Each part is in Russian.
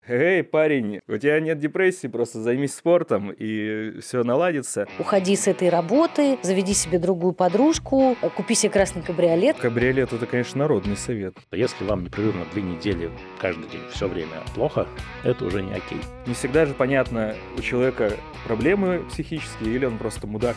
Эй, парень, у тебя нет депрессии, просто займись спортом, и все наладится. Уходи с этой работы, заведи себе другую подружку, купи себе красный кабриолет. Кабриолет – это, конечно, народный совет. Если вам непрерывно 2 недели каждый день все время плохо, это уже не окей. Не всегда же понятно, у человека проблемы психические или он просто мудак.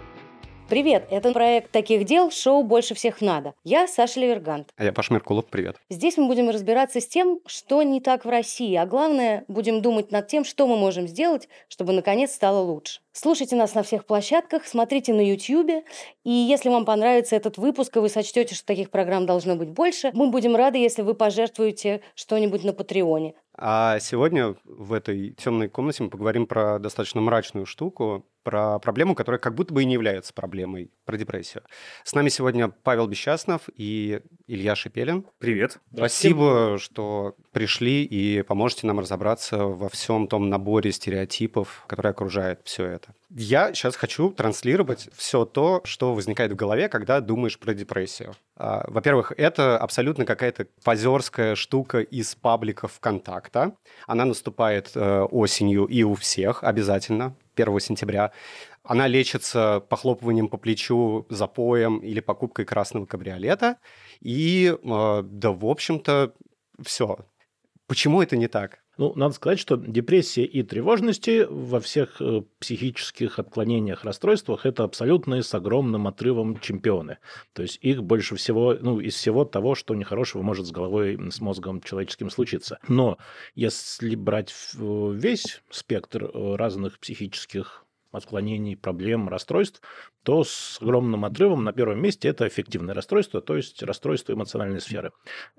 Привет, это проект «Таких дел» шоу «Больше всех надо». Я Саша Левергант. А я Паш Меркулов, привет. Здесь мы будем разбираться с тем, что не так в России, а главное, будем думать над тем, что мы можем сделать, чтобы наконец стало лучше. Слушайте нас на всех площадках, смотрите на YouTube, и если вам понравится этот выпуск, и вы сочтете, что таких программ должно быть больше, мы будем рады, если вы пожертвуете что-нибудь на Патреоне. А сегодня в этой темной комнате мы поговорим про достаточно мрачную штуку, про проблему, которая как будто бы и не является проблемой, про депрессию. С нами сегодня Павел Бесчастнов и Илья Шепелин. Привет. Спасибо, что пришли и поможете нам разобраться во всем том наборе стереотипов, который окружает все это. Я сейчас хочу транслировать все то, что возникает в голове, когда думаешь про депрессию. Во-первых, это абсолютно какая-то позерская штука из пабликов ВКонтакта. Она наступает осенью и у всех обязательно, 1 сентября. Она лечится похлопыванием по плечу, запоем или покупкой красного кабриолета. И, да, в общем-то, все. Почему это не так? Ну, надо сказать, что депрессия и тревожности во всех психических отклонениях, расстройствах – это абсолютные с огромным отрывом чемпионы. То есть их больше всего, из всего того, что нехорошего может с головой, с мозгом человеческим случиться. Но если брать весь спектр разных психических отклонений, проблем, расстройств, то с огромным отрывом на первом месте это аффективное расстройство, то есть расстройство эмоциональной сферы.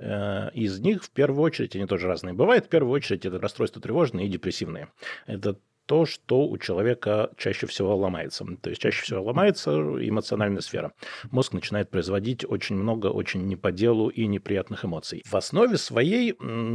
Из них в первую очередь, они тоже разные бывают, в первую очередь это расстройства тревожные и депрессивные. Это то, что у человека чаще всего ломается. То есть чаще всего ломается эмоциональная сфера. Мозг начинает производить очень много, очень не по делу и неприятных эмоций. В основе своей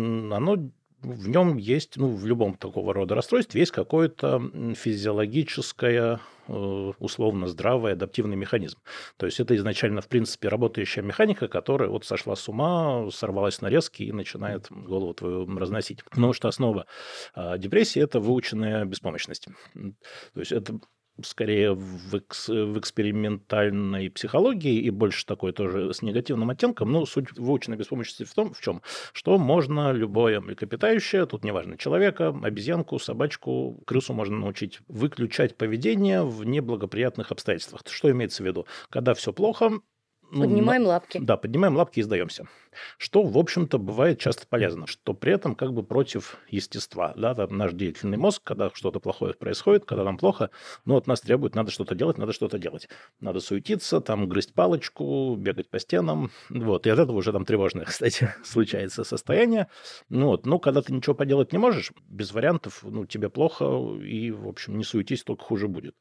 в нем есть, в любом такого рода расстройстве есть какое-то физиологическое, условно здравый адаптивный механизм. То есть это изначально, в принципе, работающая механика, которая сошла с ума, сорвалась на резки и начинает голову твою разносить. Потому что основа депрессии – это выученная беспомощность. То есть это скорее в экспериментальной психологии и больше такой тоже с негативным оттенком. Но суть выученной беспомощности в чем? Что можно любое млекопитающее, тут неважно, человека, обезьянку, собачку, крысу можно научить выключать поведение в неблагоприятных обстоятельствах. Что имеется в виду? Когда все плохо, Поднимаем лапки. Да, поднимаем лапки и сдаемся. Что, в общем-то, бывает часто полезно, что при этом как бы против естества. Да, там наш деятельный мозг, когда что-то плохое происходит, когда нам плохо, от нас требует, надо что-то делать, надо что-то делать. Надо суетиться, там грызть палочку, бегать по стенам. И от этого уже там тревожное, кстати, случается состояние. Но когда ты ничего поделать не можешь, без вариантов, тебе плохо, и, в общем, не суетись, только хуже будет.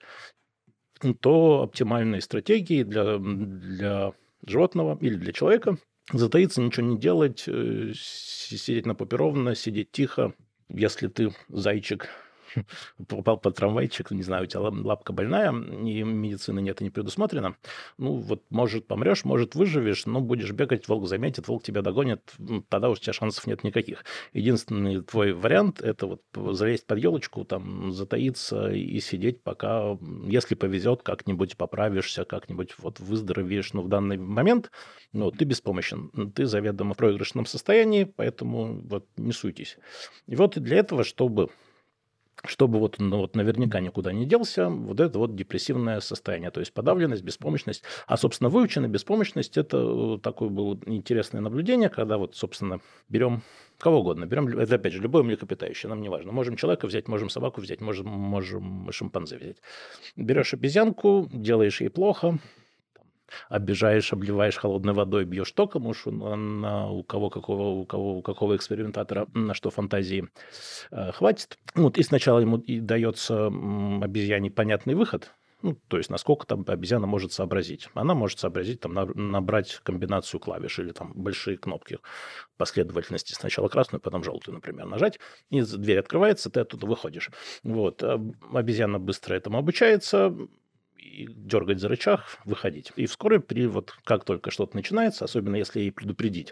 То оптимальной стратегией для животного или для человека затаиться, ничего не делать, сидеть на попе ровно, сидеть тихо. Если ты зайчик, попал под трамвайчик, не знаю, у тебя лапка больная, и медицины нет и не предусмотрено, может, помрешь, может, выживешь, но будешь бегать, волк заметит, волк тебя догонит, тогда уж у тебя шансов нет никаких. Единственный твой вариант – это залезть под елочку, там, затаиться и сидеть, пока, если повезет, как-нибудь поправишься, как-нибудь выздоровеешь. Но в данный момент ты беспомощен, ты заведомо в проигрышном состоянии, поэтому не суетись. И для этого, чтобы наверняка никуда не делся, это депрессивное состояние, то есть подавленность, беспомощность. А, собственно, выученная беспомощность – это такое было интересное наблюдение, когда собственно, берем кого угодно, это опять же любое млекопитающее, нам не важно. Можем человека взять, можем собаку взять, можем шимпанзе взять. Берешь обезьянку, делаешь ей плохо, обижаешь, обливаешь холодной водой, бьешь током, уж у какого экспериментатора на что фантазии хватит. И сначала ему и дается обезьяне понятный выход, то есть насколько там обезьяна может сообразить. Она может сообразить, набрать комбинацию клавиш или большие кнопки последовательности. Сначала красную, потом желтую, например, нажать, и дверь открывается, ты оттуда выходишь. Обезьяна быстро этому обучается, и дергать за рычаг, выходить. И вскоре, как только что-то начинается, особенно если ей предупредить,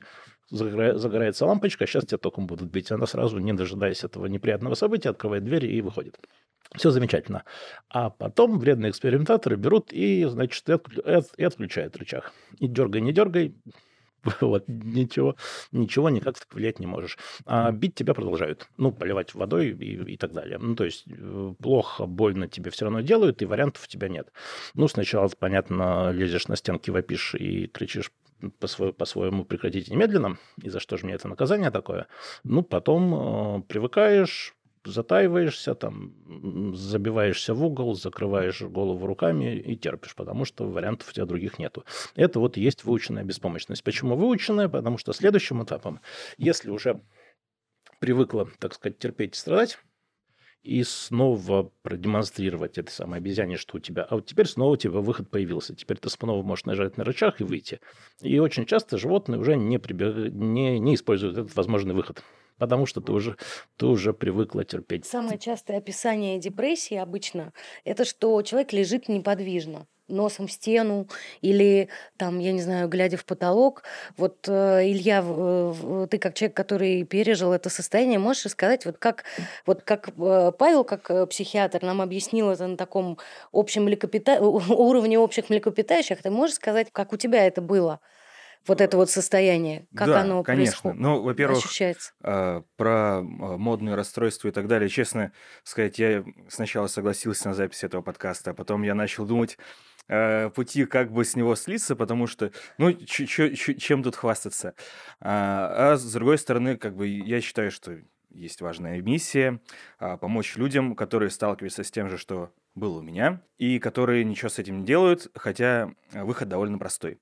загорается лампочка, сейчас тебя током будут бить. Она сразу, не дожидаясь этого неприятного события, открывает дверь и выходит. Все замечательно. А потом вредные экспериментаторы берут и, значит, и отключают рычаг. И дергай, не дергай, вот, ничего никак ты повлиять не можешь. А бить тебя продолжают. Ну, поливать водой и так далее. Ну, то есть плохо, больно тебе все равно делают, и вариантов у тебя нет. Ну, сначала, понятно, лезешь на стенки, вопишь и кричишь по-своему прекратите немедленно, и за что же мне это наказание такое. Ну, потом привыкаешь, затаиваешься, там, забиваешься в угол, закрываешь голову руками и терпишь, потому что вариантов у тебя других нету. Это вот и есть выученная беспомощность. Почему выученная? Потому что следующим этапом, если уже привыкла, так сказать, терпеть и страдать, и снова продемонстрировать этой самой обезьяне, что у тебя... А вот теперь снова у тебя выход появился. Теперь ты снова можешь нажать на рычаг и выйти. И очень часто животные уже не используют этот возможный выход. Потому что ты уже привыкла терпеть. Самое частое описание депрессии обычно это что человек лежит неподвижно, носом в стену или там, я не знаю, глядя в потолок. Вот, Илья, ты как человек, который пережил это состояние, можешь рассказать, вот как Павел, как психиатр, нам объяснил это на таком общем уровне общих млекопитающих, ты можешь сказать, как у тебя это было? Вот это вот состояние, как Да, оно конечно. Ну, во-первых, ощущается? про модные расстройства и так далее. Честно сказать, я сначала согласился на запись этого подкаста, а потом я начал думать пути, как бы с него слиться, потому что, ну, чем тут хвастаться? А с другой стороны, как бы я считаю, что есть важная миссия помочь людям, которые сталкиваются с тем же, что было у меня, и которые ничего с этим не делают, хотя выход довольно простой.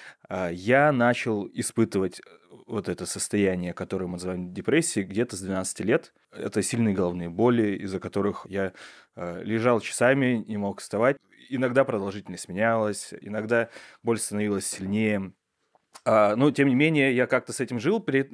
Я начал испытывать вот это состояние, которое мы называем депрессией, где-то с 12 лет. Это сильные головные боли, из-за которых я лежал часами, не мог вставать. Иногда продолжительность менялась, иногда боль становилась сильнее. Но, тем не менее, я как-то с этим жил,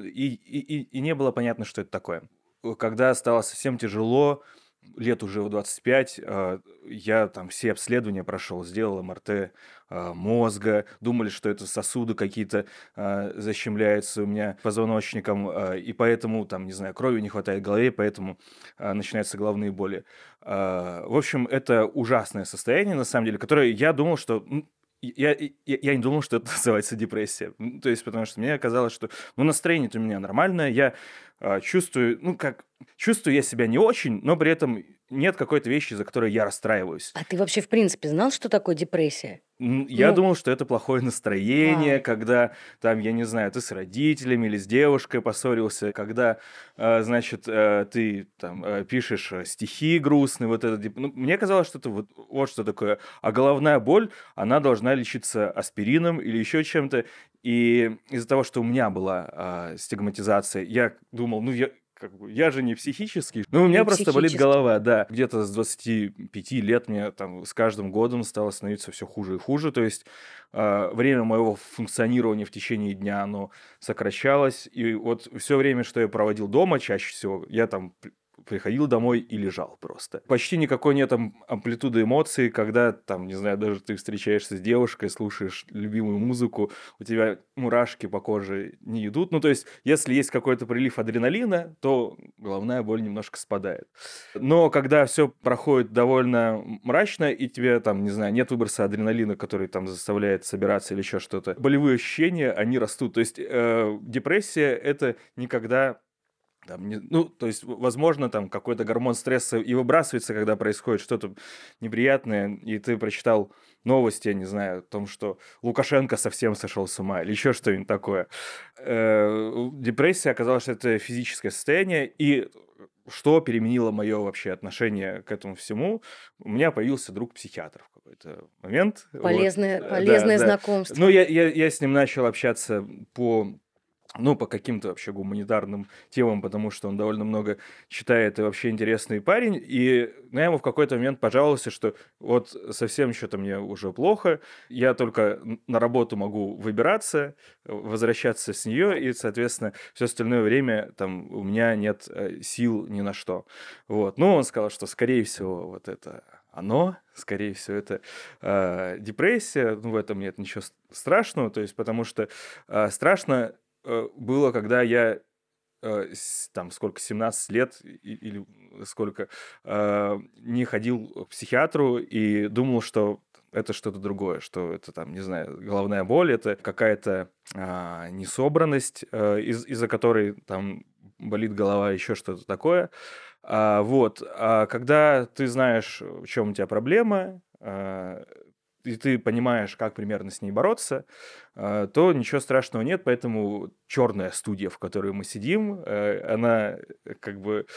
и не было понятно, что это такое. Когда стало совсем тяжело, лет уже в 25, я там все обследования прошел, сделал МРТ мозга, думали, что это сосуды какие-то защемляются у меня позвоночником, и поэтому, там, не знаю, крови не хватает в голове, поэтому начинаются головные боли. В общем, это ужасное состояние, на самом деле, которое я думал, что... Я не думал, что это называется депрессия. То есть, потому что мне казалось, что настроение-то у меня нормальное, я чувствую, чувствую я себя не очень, но при этом нет какой-то вещи, за которой я расстраиваюсь. А ты вообще в принципе знал, что такое депрессия? Я думал, что это плохое настроение, А. когда там, я не знаю, ты с родителями или с девушкой поссорился, когда, значит, ты там пишешь стихи грустные, вот это. Мне казалось, что это вот что такое. А головная боль, она должна лечиться аспирином или еще чем-то. И из-за того, что у меня была стигматизация, я думал, я же не психический. У меня Не просто болит психический. голова, да. Где-то с 25 лет мне там с каждым годом стало становиться все хуже и хуже. То есть время моего функционирования в течение дня, оно сокращалось. И вот все время, что я проводил дома, чаще всего, я там приходил домой и лежал просто. Почти никакой нет амплитуды эмоций, когда, там, не знаю, даже ты встречаешься с девушкой, слушаешь любимую музыку, у тебя мурашки по коже не идут. То есть, если есть какой-то прилив адреналина, то головная боль немножко спадает. Но когда все проходит довольно мрачно, и тебе, там, не знаю, нет выброса адреналина, который там заставляет собираться или еще что-то, болевые ощущения, они растут. То есть, депрессия — это никогда... то есть, возможно, там какой-то гормон стресса и выбрасывается, когда происходит что-то неприятное, и ты прочитал новости, я не знаю, о том, что Лукашенко совсем сошел с ума, или еще что-нибудь такое. Депрессия оказалась, что это физическое состояние, и что переменило мое вообще отношение к этому всему, у меня появился друг-психиатр в какой-то момент. Полезное знакомство. Я с ним начал общаться по каким-то вообще гуманитарным темам, потому что он довольно много читает и вообще интересный парень. И я ему в какой-то момент пожаловался, что вот совсем что-то мне уже плохо, я только на работу могу выбираться, возвращаться с нее, и, соответственно, все остальное время там у меня нет сил ни на что. Вот. Он сказал, что, скорее всего, вот это оно, скорее всего, это депрессия. В этом нет ничего страшного, то есть потому что страшно было, когда я там сколько, 17 лет или сколько, не ходил к психиатру и думал, что это что-то другое, что это там, не знаю, головная боль, это какая-то несобранность, из-за которой там болит голова, еще что-то такое. Вот. А когда ты знаешь, в чем у тебя проблема, и ты понимаешь, как примерно с ней бороться, то ничего страшного нет, поэтому черная студия, в которой мы сидим, она как бы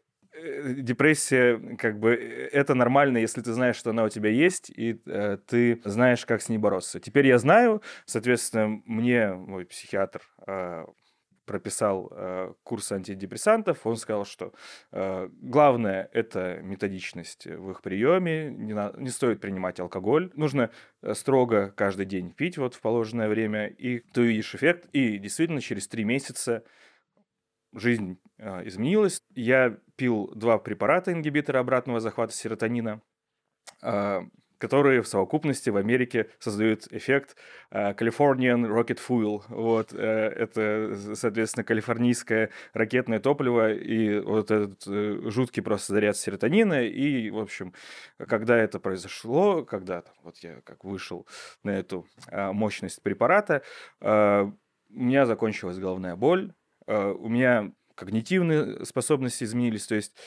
депрессия, как бы это нормально, если ты знаешь, что она у тебя есть, и ты знаешь, как с ней бороться. Теперь я знаю, соответственно, мне мой психиатр прописал курс антидепрессантов, он сказал, что главное – это методичность в их приеме, не стоит принимать алкоголь, нужно строго каждый день пить вот в положенное время, и ты увидишь эффект, и действительно через 3 месяца жизнь изменилась. Я пил 2 препарата ингибитора обратного захвата серотонина, которые в совокупности в Америке создают эффект Californian Rocket Fuel. Вот, это, соответственно, калифорнийское ракетное топливо и вот этот жуткий просто заряд серотонина. И, в общем, когда это произошло, когда вот я как вышел на эту мощность препарата, у меня закончилась головная боль, у меня когнитивные способности изменились. То есть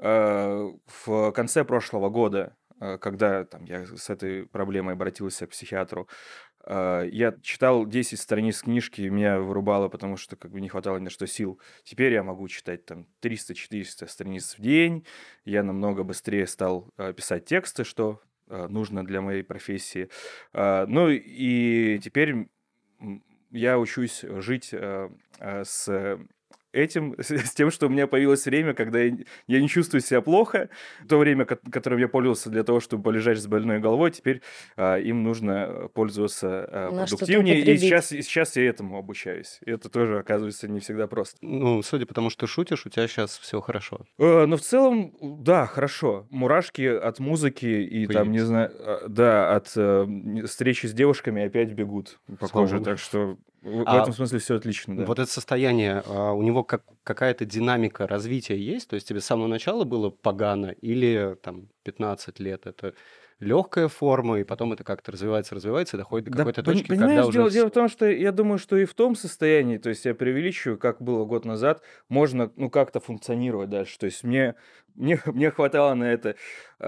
в конце прошлого года, когда там, я с этой проблемой обратился к психиатру, я читал 10 страниц книжки, и меня вырубало, потому что как бы не хватало ни на что сил. Теперь я могу читать там 300-400 страниц в день, я намного быстрее стал писать тексты, что нужно для моей профессии. Ну и теперь я учусь жить с этим, с тем, что у меня появилось время, когда я не чувствую себя плохо. То время, которым я пользовался для того, чтобы полежать с больной головой, теперь им нужно пользоваться продуктивнее. И сейчас я этому обучаюсь. И это тоже, оказывается, не всегда просто. Ну, судя по тому, что ты шутишь, у тебя сейчас все хорошо. Но в целом, да, хорошо. Мурашки от музыки и там, не знаю, да, от встречи с девушками опять бегут по коже. Так что в этом смысле все отлично, да. Вот это состояние, у него какая-то динамика развития есть? То есть тебе с самого начала было погано или там 15 лет это легкая форма, и потом это как-то развивается и доходит до какой-то точки, понимаешь, когда уже... дело в том, что я думаю, что и в том состоянии, то есть я преувеличиваю, как было год назад, можно как-то функционировать дальше. То есть мне хватало на это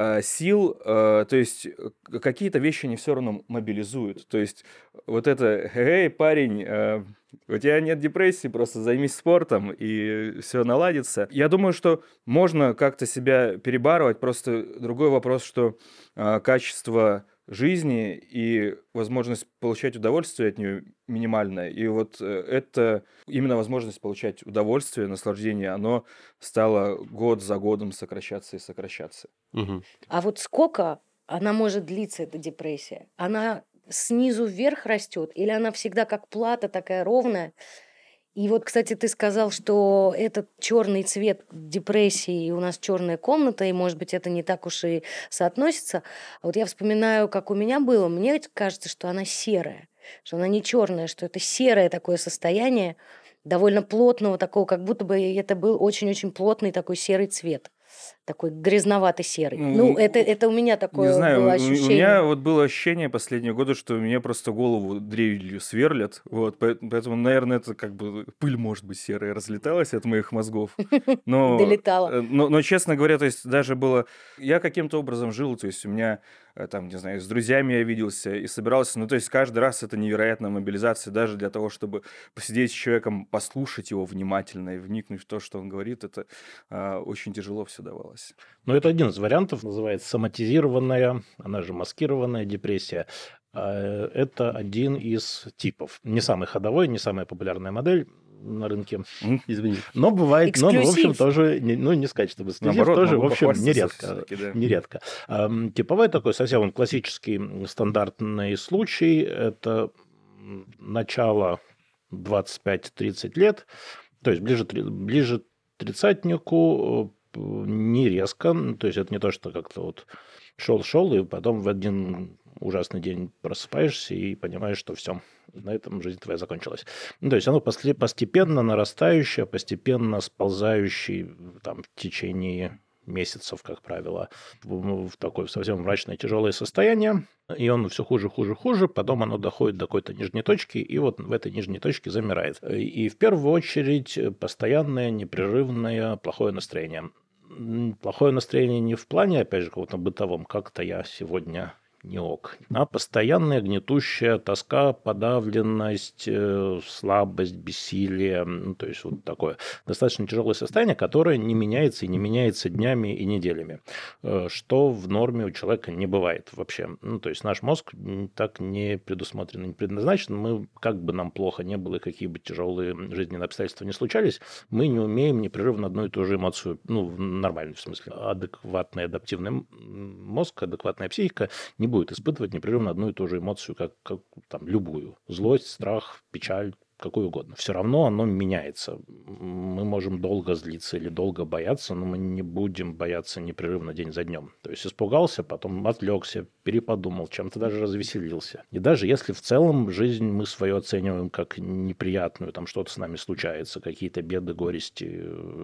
сил, то есть какие-то вещи не все равно мобилизуют. То есть вот это «Эй, парень, у тебя нет депрессии, просто займись спортом, и все наладится». Я думаю, что можно как-то себя перебарывать, просто другой вопрос, что качество жизни и возможность получать удовольствие от нее минимальная. И вот это именно возможность получать удовольствие, наслаждение, оно стало год за годом сокращаться и сокращаться. Угу. А вот сколько она может длиться, эта депрессия? Она снизу вверх растет, или она всегда как плата такая ровная? И вот, кстати, ты сказал, что этот черный цвет депрессии, и у нас черная комната, и, может быть, это не так уж и соотносится. А вот я вспоминаю, как у меня было. Мне кажется, что она серая, что она не черная, что это серое такое состояние, довольно плотного такого, как будто бы это был очень-очень плотный такой серый цвет. Такой грязновато-серый. Ну, это у меня Не такое знаю, было у ощущение. меня вот было ощущение последние годы, что мне просто голову дрелью сверлят, вот, поэтому, наверное, это как бы пыль, может быть, серая разлеталась от моих мозгов, но, Долетала. но, честно говоря, то есть даже было, я каким-то образом жил, то есть у меня там, не знаю, с друзьями я виделся и собирался, ну, то есть каждый раз это невероятная мобилизация даже для того, чтобы посидеть с человеком, послушать его внимательно и вникнуть в то, что он говорит, это очень тяжело все давалось. Но это один из вариантов, называется соматизированная, она же маскированная депрессия. Это один из типов. Не самый ходовой, не самая популярная модель на рынке. Извини. Но бывает, но, в общем, Эксклюзив. тоже, не сказать, чтобы эксклюзив, Наоборот, тоже, в могу общем, похвастаться нередко. всё-таки, да. Нередко. Типовой такой совсем классический стандартный случай – это начало 25-30 лет, то есть ближе тридцатнику, не резко, то есть это не то, что как-то вот шел и потом в один ужасный день просыпаешься и понимаешь, что все, на этом жизнь твоя закончилась. Ну, то есть оно постепенно нарастающее, постепенно сползающее там, в течение месяцев, как правило, в такое совсем мрачное, тяжелое состояние, и он все хуже, хуже, хуже, потом оно доходит до какой-то нижней точки, и вот в этой нижней точке замирает. И в первую очередь постоянное, непрерывное плохое настроение. Плохое настроение не в плане, опять же, какого-то бытовом, как-то я сегодня не ок, а постоянная гнетущая тоска, подавленность, слабость, бессилие, ну, то есть вот такое достаточно тяжелое состояние, которое не меняется и не меняется днями и неделями, что в норме у человека не бывает вообще. Ну, то есть наш мозг так не предусмотрен, не предназначен. Мы, как бы нам плохо не было, какие бы тяжелые жизненные обстоятельства не случались, мы не умеем непрерывно одну и ту же эмоцию, ну, в нормальном смысле, адекватный адаптивный мозг, адекватная психика не будет испытывать непрерывно одну и ту же эмоцию, как там, любую. Злость, страх, печаль, какую угодно. Все равно оно меняется. Мы можем долго злиться или долго бояться, но мы не будем бояться непрерывно день за днем. То есть испугался, потом отвлекся, переподумал, чем-то даже развеселился. И даже если в целом жизнь мы свою оцениваем как неприятную, там что-то с нами случается, какие-то беды, горести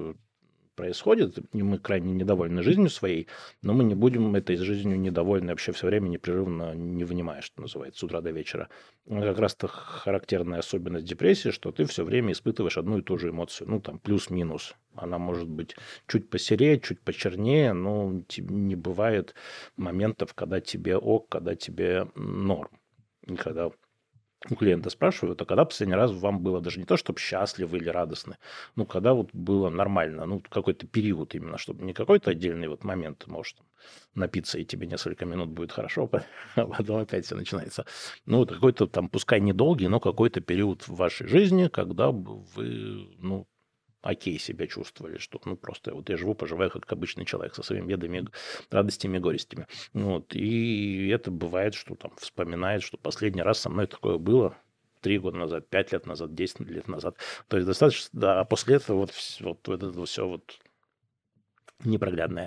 происходит, и мы крайне недовольны жизнью своей, но мы не будем этой жизнью недовольны вообще все время непрерывно, не вынимая, что называется, с утра до вечера. Как раз-то характерная особенность депрессии, что ты все время испытываешь одну и ту же эмоцию, ну там плюс-минус. Она может быть чуть посерее, чуть почернее, но не бывает моментов, когда тебе ок, когда тебе норм. И когда у клиента спрашивают, а когда последний раз вам было даже не то, чтобы счастливы или радостны, ну, когда вот было нормально, ну, какой-то период именно, чтобы не какой-то отдельный вот момент, может, напиться, и тебе несколько минут будет хорошо, а потом опять все начинается. Ну, вот какой-то там, пускай недолгий, но какой-то период в вашей жизни, когда вы, ну, окей себя чувствовали, что ну просто вот я живу, поживаю как обычный человек со своими бедами, радостями, горестями. Вот. И это бывает, что там вспоминает, что последний раз со мной такое было 3 года назад, 5 лет назад, 10 лет назад. То есть достаточно, да, а после этого вот это все вот непроглядное.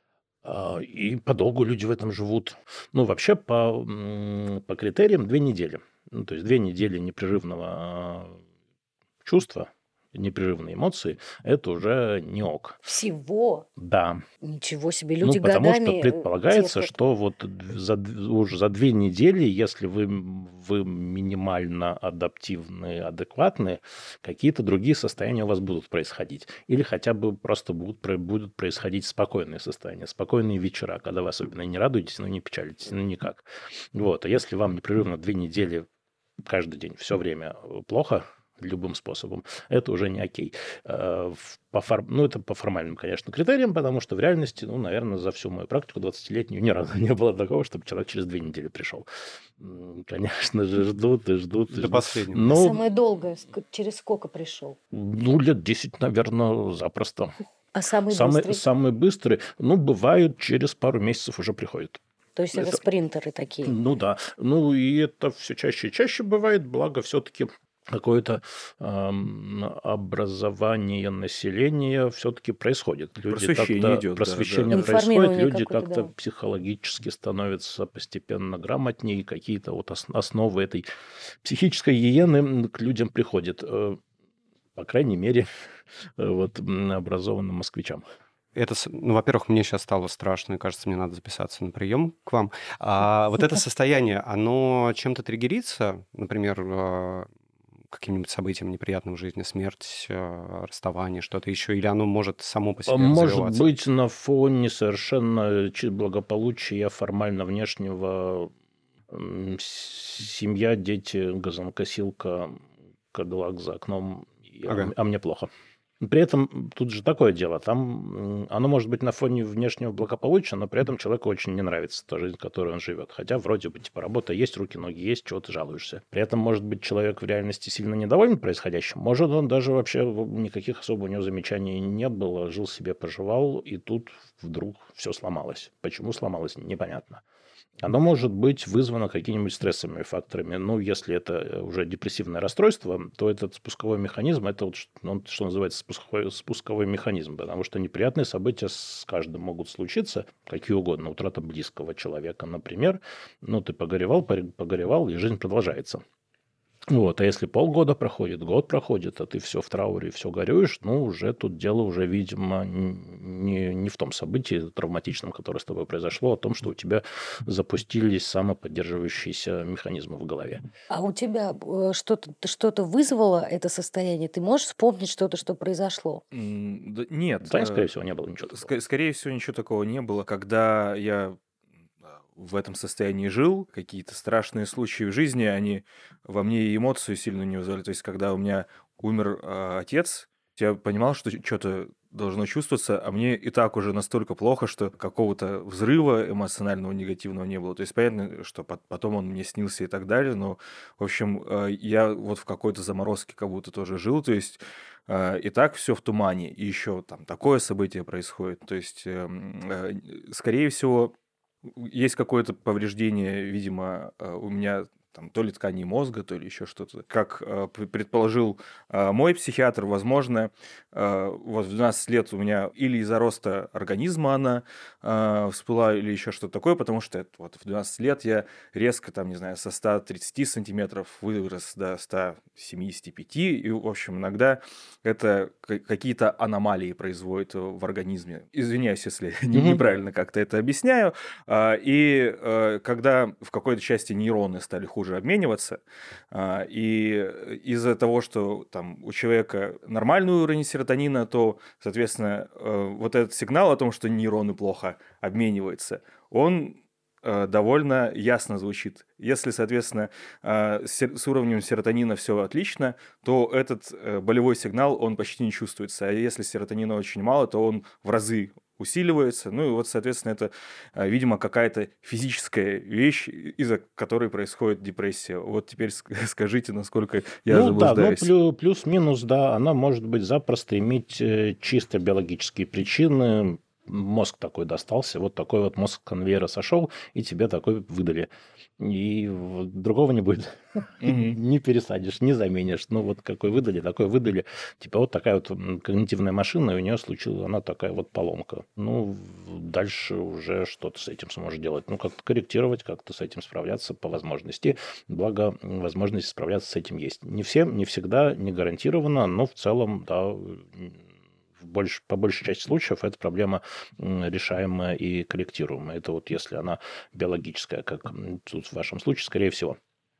И подолгу люди в этом живут. Ну, вообще, по критериям 2 недели. Ну, то есть 2 недели непрерывного чувства, непрерывные эмоции, это уже не ок. Всего? Да. Ничего себе, Ну, люди потому что годами предполагается, терпят. что вот уже за 2 недели, если вы минимально адаптивны, адекватны, какие-то другие состояния у вас будут происходить. Или хотя бы просто будут происходить спокойные состояния, спокойные вечера, когда вы особенно не радуетесь, но не печалитесь, ну никак. Вот. А если вам непрерывно 2 недели каждый день все время плохо, любым способом, это уже не окей. Ну, это по формальным, конечно, критериям, потому что в реальности, ну, наверное, за всю мою практику 20-летнюю ни разу не было такого, чтобы человек через 2 недели пришел. Конечно же, ждут и ждут. И До ждут. последнего. А Но, самое долгое, через сколько пришел? ну, лет 10, наверное, запросто. А самый быстрый? Самые быстрые, ну, бывают, через пару месяцев уже приходят. То есть это спринтеры такие? Ну да. Ну и это все чаще и чаще бывает, благо все-таки какое-то образование населения все-таки происходит. Люди Просвещение как-то, идет, да, просвещение да. происходит, Информирование люди какое-то, как-то да. психологически становятся постепенно грамотнее, какие-то вот основы этой психической гигиены к людям приходят. По крайней мере, вот образованным москвичам. Это, ну, во-первых, мне сейчас стало страшно, и кажется, мне надо записаться на прием к вам. А вот это состояние, оно чем-то триггерится, например, каким-нибудь событием неприятным в жизни, смерть, расставание, что-то еще, или оно может само по себе Может развиваться? быть, на фоне совершенно благополучия формально внешнего, семья, дети, газонокосилка, Кадиллак за окном, Ага. а мне плохо. При этом тут же такое дело, там оно может быть на фоне внешнего благополучия, но при этом человеку очень не нравится та жизнь, в которой он живет. Хотя вроде бы типа работа есть, руки, ноги есть, чего ты жалуешься. При этом может быть человек в реальности сильно недоволен происходящим. Может он даже вообще никаких особо у него замечаний не было, жил себе, поживал, и тут вдруг все сломалось. Почему сломалось, непонятно. оно может быть вызвано какими-нибудь стрессовыми факторами. Ну, если это уже депрессивное расстройство, то этот спусковой механизм, это вот, он, что называется, спусковой механизм, потому что неприятные события с каждым могут случиться, какие угодно. Утрата близкого человека, например. Ну, ты погоревал, и жизнь продолжается. Вот, а если полгода проходит, год проходит, а ты все в трауре, все горюешь, ну, уже тут дело уже, видимо, не в том событии травматичном, которое с тобой произошло, а о том, что у тебя запустились самоподдерживающиеся механизмы в голове. А у тебя что-то вызвало это состояние? Ты можешь вспомнить что-то, что произошло? Нет, Да, скорее всего, не было ничего такого. скорее всего, ничего такого не было. Когда я в этом состоянии жил, какие-то страшные случаи в жизни, они во мне и эмоцию сильно не вызывали. То есть, когда у меня умер отец, я понимал, что что-то должно чувствоваться, а мне и так уже настолько плохо, что какого-то взрыва эмоционального негативного не было. То есть, понятно, что потом он мне снился и так далее, но, в общем, я вот в какой-то заморозке как будто тоже жил, то есть и так все в тумане, и еще там такое событие происходит. То есть, скорее всего, есть какое-то повреждение, видимо, у меня там то ли ткани мозга, то ли еще что-то. Как предположил мой психиатр, возможно, вот в 12 лет у меня или из-за роста организма она всплыла, или еще что-то такое, потому что вот в 12 лет я резко, там, не знаю, со 130 сантиметров вырос до 175, и, в общем, иногда это какие-то аномалии производит в организме. Извиняюсь, если неправильно как-то это объясняю. И когда в какой-то части нейроны стали хуже обмениваться, и из-за того, что там у человека нормальный уровень серотонина, то, соответственно, вот этот сигнал о том, что нейроны плохо обмениваются, он довольно ясно звучит. Если, соответственно, с уровнем серотонина все отлично, то этот болевой сигнал, он почти не чувствуется. А если серотонина очень мало, то он в разы усиливается. Ну и вот, соответственно, это, видимо, какая-то физическая вещь, из-за которой происходит депрессия. Вот теперь скажите, насколько я Ну да, ну заблуждаюсь. плюс-минус, да, она может быть запросто иметь чисто биологические причины. Мозг такой достался, вот такой вот мозг с конвейера сошел, и тебе такой выдали. И другого не будет. Мгм. Не пересадишь, не заменишь. Ну вот какой выдали, такой выдали. Типа вот такая вот когнитивная машина, и у нее случилась она такая вот поломка. Ну, дальше уже что-то с этим сможешь делать. Ну, как-то корректировать, как-то с этим справляться по возможности. Благо, возможность справляться с этим есть. Не всем, не всегда, не гарантированно, но в целом, да, по большей части случаев эта проблема решаемая и корректируемая. Это вот если она биологическая, как тут в вашем случае, скорее всего.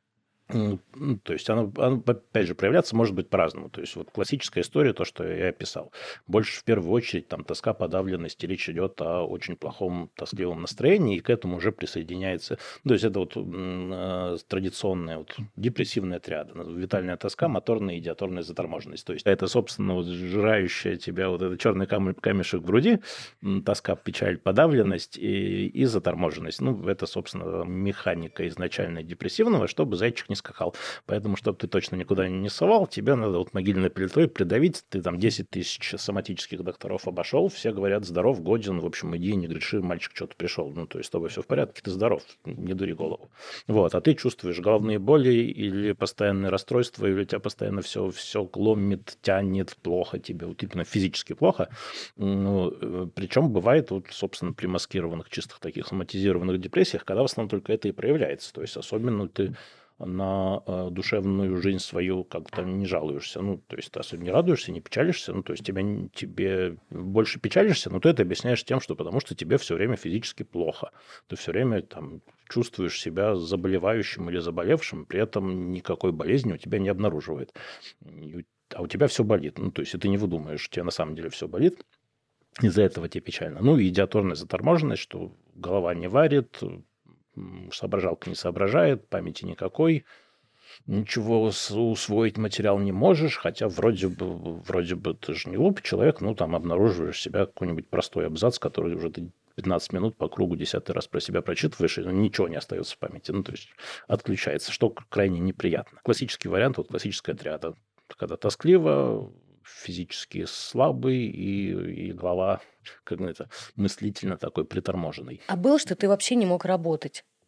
То есть она, опять же, проявляться может быть по-разному. То есть вот классическая история, то, что я описал. Больше в первую очередь там тоска, подавленность, и речь идет о очень плохом тоскливом настроении, и к этому уже присоединяется... То есть это вот традиционная вот депрессивная триада. Витальная тоска, моторная и идиаторная заторможенность. То есть это, собственно, вот сжирающая тебя вот этот черный камешек в груди, тоска, печаль, подавленность и заторможенность. Ну, это, собственно, механика изначально депрессивного, чтобы зайчик не скакал. Поэтому, чтобы ты точно никуда не совал, тебе надо вот могильной плитой придавить. Ты там 10 тысяч соматических докторов обошел, все говорят, здоров, годен, в общем, иди, не греши, мальчик что-то пришел. Ну, то есть с тобой все в порядке, ты здоров, не дури голову. Вот, а ты чувствуешь головные боли или постоянные расстройства, или у тебя постоянно все ломит, тянет, плохо тебе, вот именно физически плохо. Ну, причем бывает, вот, собственно, при маскированных, чистых таких соматизированных депрессиях, когда в основном только это и проявляется. То есть особенно ты на душевную жизнь свою как-то не жалуешься. Ну, то есть ты особенно не радуешься, не печалишься. Ну, то есть тебе больше печалишься, но ты это объясняешь тем, что потому что тебе все время физически плохо. Ты все время там чувствуешь себя заболевающим или заболевшим, при этом никакой болезни у тебя не обнаруживает. А у тебя все болит. Ну, то есть ты не выдумаешь, у тебя на самом деле все болит. Из-за этого тебе печально. Ну, и идиаторная заторможенность, что голова не варит, соображалка не соображает, памяти никакой, ничего усвоить материал не можешь, хотя вроде бы ты же не глупый человек, ну, там обнаруживаешь себя какой-нибудь простой абзац, который уже ты 15 минут по кругу 10 раз про себя прочитываешь, и ничего не остается в памяти. Ну, то есть отключается, что крайне неприятно. Классический вариант, вот классическая триада, когда тоскливо, физически слабый и голова, как это, мыслительно такой приторможенный. А было, что ты вообще не мог работать?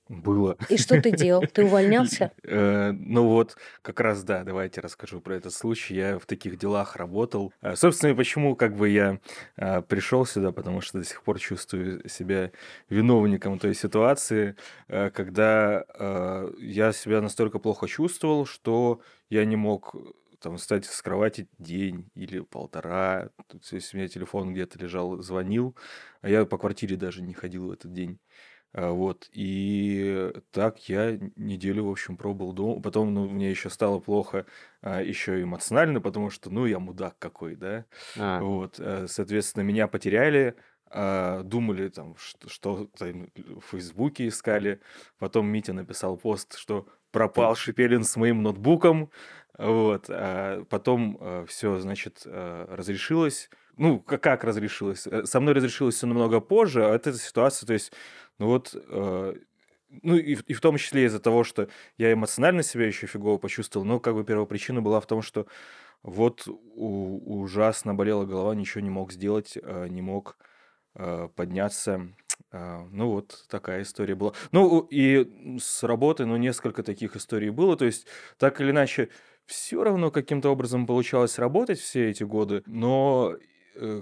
Было. И что ты делал? Ты увольнялся? Ну вот, как раз да, давайте расскажу про этот случай. Я в таких делах работал. Собственно, и почему как бы я пришел сюда, потому что до сих пор чувствую себя виновником той ситуации, когда я себя настолько плохо чувствовал, что я не мог там встать с кровати день или полтора. То есть у меня телефон где-то лежал, звонил, а я по квартире даже не ходил в этот день. Вот, и так я неделю, в общем, пробыл дома. Потом, ну, мне еще стало плохо еще эмоционально, потому что, ну, я мудак какой, да. А, Вот, соответственно, меня потеряли, думали там, что там в Фейсбуке искали. Потом Митя написал пост, что пропал Шипелин с моим ноутбуком. Вот, потом все, значит, разрешилось. Ну, как разрешилось? Со мной разрешилось все намного позже, а эта ситуация, то есть, ну вот, ну и в том числе из-за того, что я эмоционально себя еще фигово почувствовал, но как бы первопричина была в том, что вот ужасно болела голова, ничего не мог сделать, не мог подняться. Ну вот такая история была. Ну и с работы, ну несколько таких историй было, то есть так или иначе все равно каким-то образом получалось работать все эти годы, но э,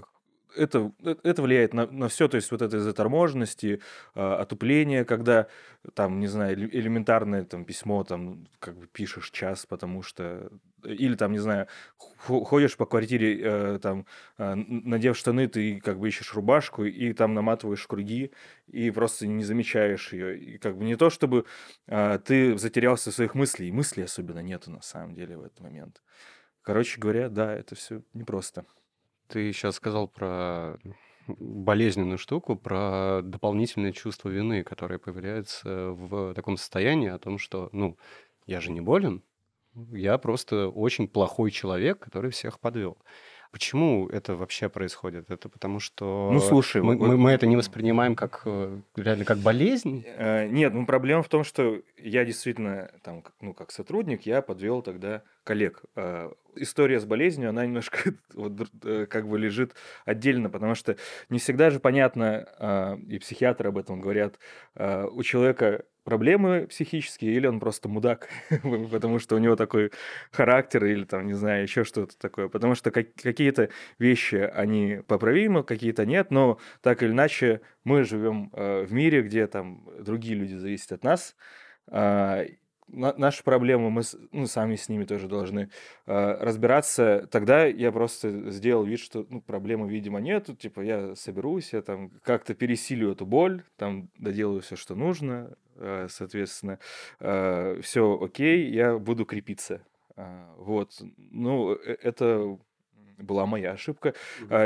это влияет на все, то есть вот это заторможенности, отупление, когда там, не знаю, элементарное там письмо, там, как бы пишешь час, потому что... Или там, не знаю, ходишь по квартире, там, надев штаны, ты как бы ищешь рубашку и там наматываешь круги, и просто не замечаешь ее. И как бы не то, чтобы ты затерялся в своих мыслях, и мыслей особенно нету на самом деле в этот момент. Короче говоря, да, это все непросто. ты сейчас сказал про болезненную штуку, про дополнительное чувство вины, которое появляется в таком состоянии, о том, что, ну, я же не болен, я просто очень плохой человек, который всех подвел. Почему это вообще происходит? Это потому, Ну, что слушай, мы это не воспринимаем как реально как болезнь? Нет, ну проблема в том, что я действительно там, ну, как сотрудник, я подвел тогда коллег. История с болезнью, она немножко вот, как бы лежит отдельно, потому что не всегда же понятно, и психиатры об этом говорят, у человека проблемы психические или он просто мудак, потому что у него такой характер или там, не знаю, еще что-то такое. Потому что какие-то вещи, они поправимы, какие-то нет, но так или иначе мы живем в мире, где там другие люди зависят от нас. А, Наши проблемы, мы ну, сами с ними тоже должны разбираться. Тогда я просто сделал вид, что ну, проблемы, видимо, нету. Типа я соберусь, я там как-то пересилю эту боль, там доделаю все, что нужно. Соответственно, все окей, я буду крепиться. Вот. Ну, это была моя ошибка.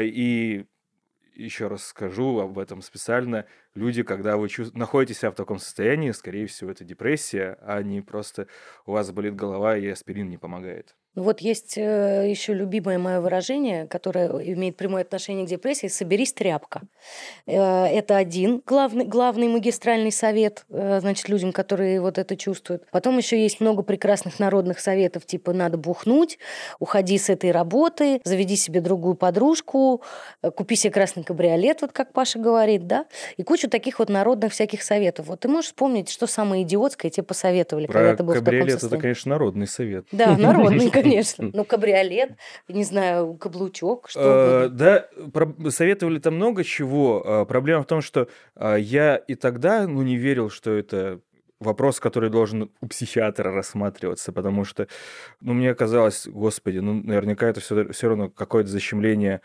И еще раз скажу об этом специально. Люди, когда вы находитесь себя в таком состоянии, скорее всего, это депрессия, а не просто у вас болит голова и аспирин не помогает. Ну вот есть еще любимое мое выражение, которое имеет прямое отношение к депрессии: «соберись, тряпка». Это один главный магистральный совет, значит, людям, которые вот это чувствуют. Потом еще есть много прекрасных народных советов, типа надо бухнуть, уходи с этой работы, заведи себе другую подружку, купи себе красный кабриолет, вот как Паша говорит, да, и кучу таких вот народных всяких советов. Вот ты можешь вспомнить, что самое идиотское тебе посоветовали, когда Про ты был в таком кабриолет это, состоянии? конечно, народный совет. Да, народный, конечно. Ну, кабриолет, не знаю, каблучок, что угодно. Да, советовали там много чего. Проблема в том, что я и тогда ну, не верил, что это вопрос, который должен у психиатра рассматриваться, потому что ну, мне казалось, господи, ну, наверняка это все равно какое-то защемление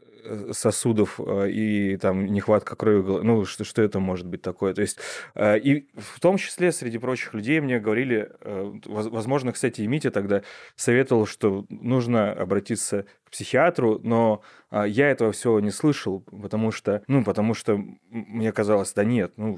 сосудов и там нехватка крови, ну что это может быть такое? То есть и в том числе среди прочих людей мне говорили, возможно, кстати, и Митя тогда советовал, что нужно обратиться к психиатру, но я этого всего не слышал, потому что мне казалось, да нет, ну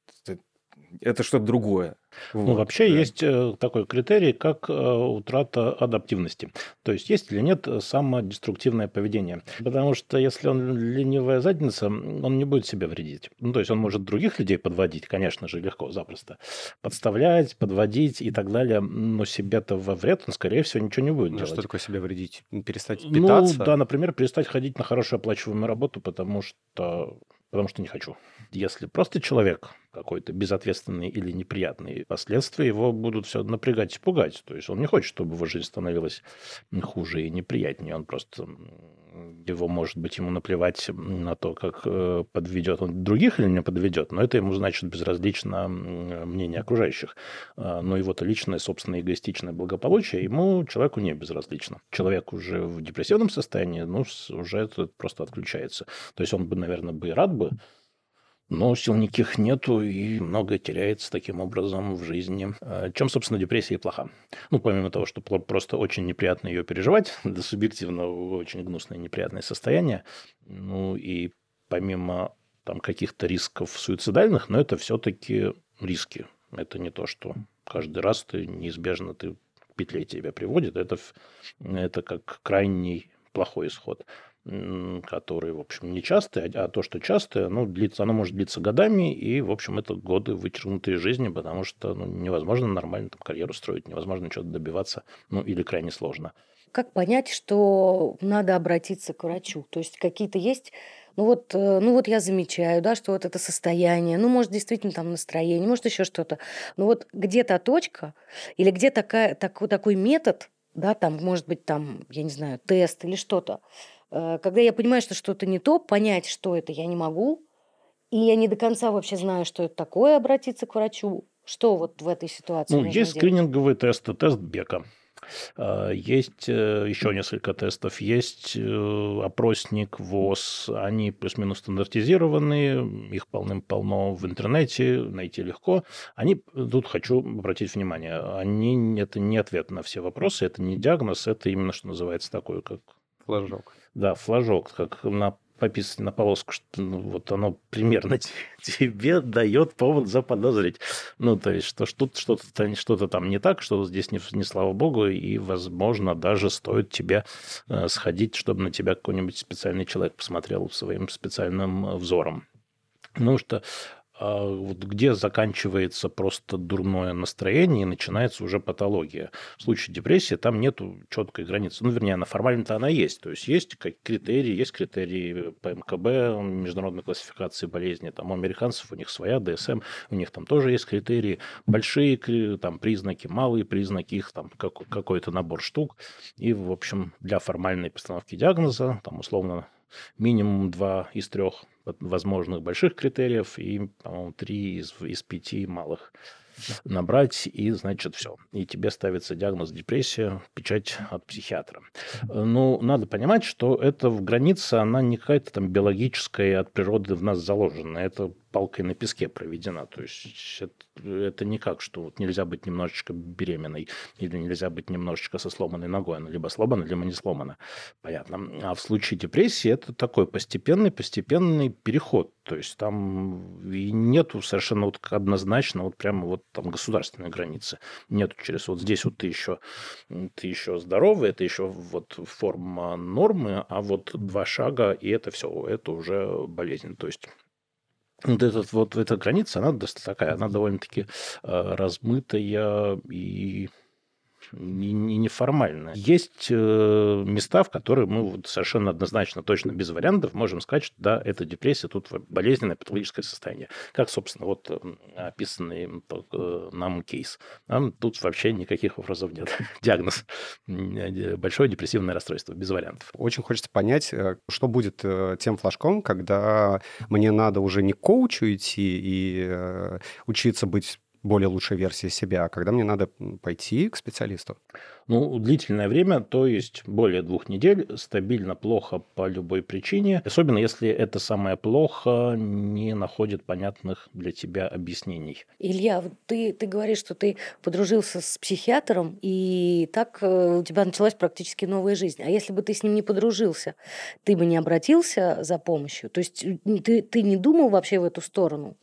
это что-то другое. Ну, Вот, вообще да. есть такой критерий, как утрата адаптивности. То есть есть или нет самодеструктивное поведение. Потому что если он ленивая задница, он не будет себе вредить. Ну, то есть он может других людей подводить, конечно же, легко, запросто. Подставлять, подводить и так далее. Но себе-то во вред он, скорее всего, ничего не будет Ну, делать. что такое себя вредить? Перестать Ну, питаться? да, например, перестать ходить на хорошую оплачиваемую работу, потому что потому что не хочу. Если просто человек какой-то безответственный или неприятный, последствия его будут все напрягать и пугать. То есть он не хочет, чтобы его жизнь становилась хуже и неприятнее. Он просто его, может быть, ему наплевать на то, как подведет он других или не подведет, но это ему, значит, безразлично мнение окружающих. Но его-то личное, собственно, эгоистичное благополучие ему, человеку, не безразлично. Человек уже в депрессивном состоянии, уже это просто отключается. То есть он бы, наверное, и рад бы, но сил никаких нету, и многое теряется таким образом в жизни. Чем, собственно, депрессия и плоха? Помимо того, что просто очень неприятно ее переживать, до субъективного очень гнусное неприятное состояние, и помимо каких-то рисков суицидальных, но это все-таки риски. Это не то, что каждый раз неизбежно к петле тебя приводит. Это как крайний плохой исход, который, в общем, не частый, а то, что частое, оно может длиться годами, и, в общем, это годы вычеркнутые из жизни, потому что невозможно нормально карьеру строить, невозможно чего-то добиваться, или крайне сложно. Как понять, что надо обратиться к врачу? То есть какие-то есть, я замечаю, да, что вот это состояние, может, действительно там настроение, может, еще что-то. Где та точка или где такой метод, да, там, может быть, там, я не знаю, тест или что-то, когда я понимаю, что что-то не то, понять, что это, я не могу, и я не до конца вообще знаю, что это такое, обратиться к врачу. Что вот в этой ситуации нужно есть делать? скрининговые тесты, тест Бека. Есть еще несколько тестов. Есть опросник ВОЗ. Они плюс-минус стандартизированные. Их полным-полно в интернете. Найти легко. Тут хочу обратить внимание, это не ответ на все вопросы. Это не диагноз. Это именно, что называется, такой, как... Флажок. Да, флажок, как пописано на полоску, что оно примерно тебе дает повод заподозрить. То есть, что что-то там не так, что здесь не слава богу, и, возможно, даже стоит тебе сходить, чтобы на тебя какой-нибудь специальный человек посмотрел своим специальным взором. Потому что где заканчивается просто дурное настроение и начинается уже патология. В случае депрессии там нету четкой границы. Вернее, формально-то она есть. То есть есть критерии по МКБ, международной классификации болезней. Там у американцев у них своя ДСМ, у них там тоже есть критерии. Большие признаки, малые признаки, их там какой-то набор штук. И, в общем, для формальной постановки диагноза, условно, минимум 2 из 3 возможных больших критериев и, по-моему, 3 из 5 малых набрать, и, значит, все. И тебе ставится диагноз депрессия, печать от психиатра. Надо понимать, что эта граница, она не какая-то там биологическая, от природы в нас заложена. Это палкой на песке проведена. То есть это не как, что нельзя быть немножечко беременной или нельзя быть немножечко со сломанной ногой. Она либо сломана, либо не сломана. Понятно. А в случае депрессии это такой постепенный переход. То есть там и нету совершенно однозначно прямо там государственной границы. Нету через здесь ты еще здоровый, это еще форма нормы, а 2 шага, и это все, это уже болезнь. То есть эта граница, она довольно-таки размытая и неформальная. Есть места, в которые мы совершенно однозначно, точно без вариантов можем сказать, что да, это депрессия, тут болезненное патологическое состояние. Как, собственно, описанный нам кейс. Тут вообще никаких вопросов нет. Диагноз. Большое депрессивное расстройство, без вариантов. Очень хочется понять, что будет тем флажком, когда мне надо уже не к коучу идти и учиться быть более лучшей версией себя, а когда мне надо пойти к специалисту? Длительное время, то есть более 2 недель, стабильно плохо по любой причине, особенно если это самое плохо не находит понятных для тебя объяснений. Илья, ты говоришь, что ты подружился с психиатром, и так у тебя началась практически новая жизнь. А если бы ты с ним не подружился, ты бы не обратился за помощью? То есть ты не думал вообще в эту сторону?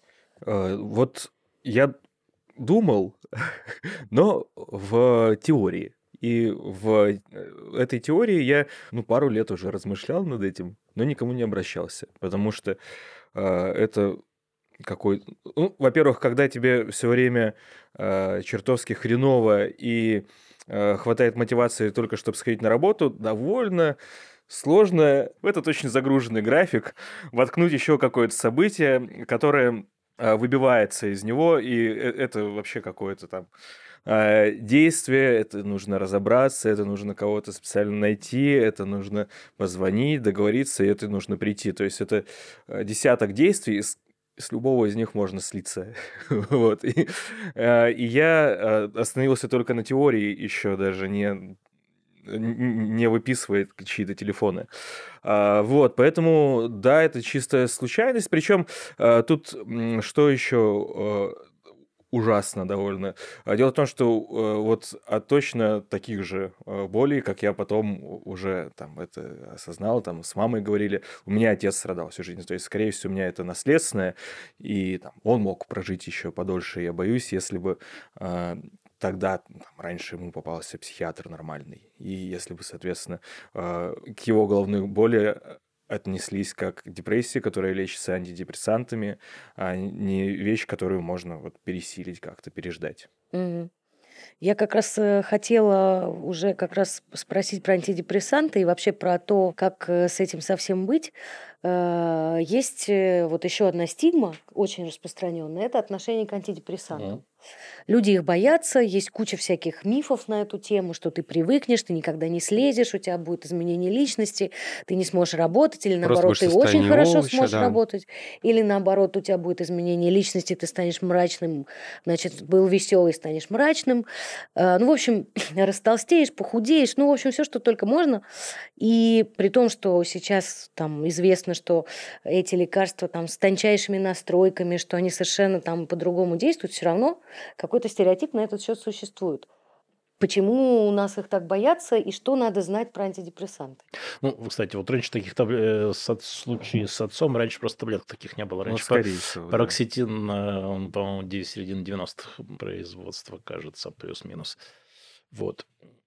Я думал, но в теории. И в этой теории я пару лет уже размышлял над этим, но никому не обращался. Потому что это во-первых, когда тебе все время чертовски хреново и хватает мотивации только, чтобы сходить на работу, довольно сложно в этот очень загруженный график воткнуть еще какое-то событие, которое выбивается из него, и это вообще какое-то там действие, это нужно разобраться, это нужно кого-то специально найти, это нужно позвонить, договориться, и это нужно прийти. То есть это десяток действий, с любого из них можно слиться. Вот. И я остановился только на теории еще, даже не выписывает чьи-то телефоны. Вот, поэтому, да, это чистая случайность. Причем тут что еще ужасно довольно. Дело в том, что вот от точно таких же болей, как я потом уже там это осознал, там с мамой говорили, у меня отец страдал всю жизнь. То есть, скорее всего, у меня это наследственное, и там, он мог прожить еще подольше. Я боюсь, если бы тогда там, раньше ему попался психиатр нормальный, и если бы, соответственно, к его головной боли отнеслись как к депрессии, которая лечится антидепрессантами, а не вещь, которую можно вот пересилить как-то, переждать. Мгм. Я как раз хотела уже как раз спросить про антидепрессанты и вообще про то, как с этим совсем быть. Есть вот еще одна стигма, очень распространенная, это отношение к антидепрессантам. Люди их боятся, есть куча всяких мифов на эту тему, что ты привыкнешь, ты никогда не слезешь, у тебя будет изменение личности, ты не сможешь работать, или Просто наоборот, будешь в ты очень состоянии хорошо овоща, сможешь да. работать, или наоборот, у тебя будет изменение личности, ты станешь мрачным, значит, был веселый, станешь мрачным. Ну, в общем, растолстеешь, похудеешь, ну, в общем, все, что только можно. И при том, что сейчас там известно, что эти лекарства там с тончайшими настройками, что они совершенно там по-другому действуют, все равно какой-то стереотип на этот счет существует. Почему у нас их так боятся и что надо знать про антидепрессанты? Ну, кстати, вот раньше таких случаев с отцом, раньше просто таблеток таких не было. Ну, Раньше скорее всего, да. пароксетин, он, по-моему, середины 90-х производства, кажется, плюс-минус. Вот.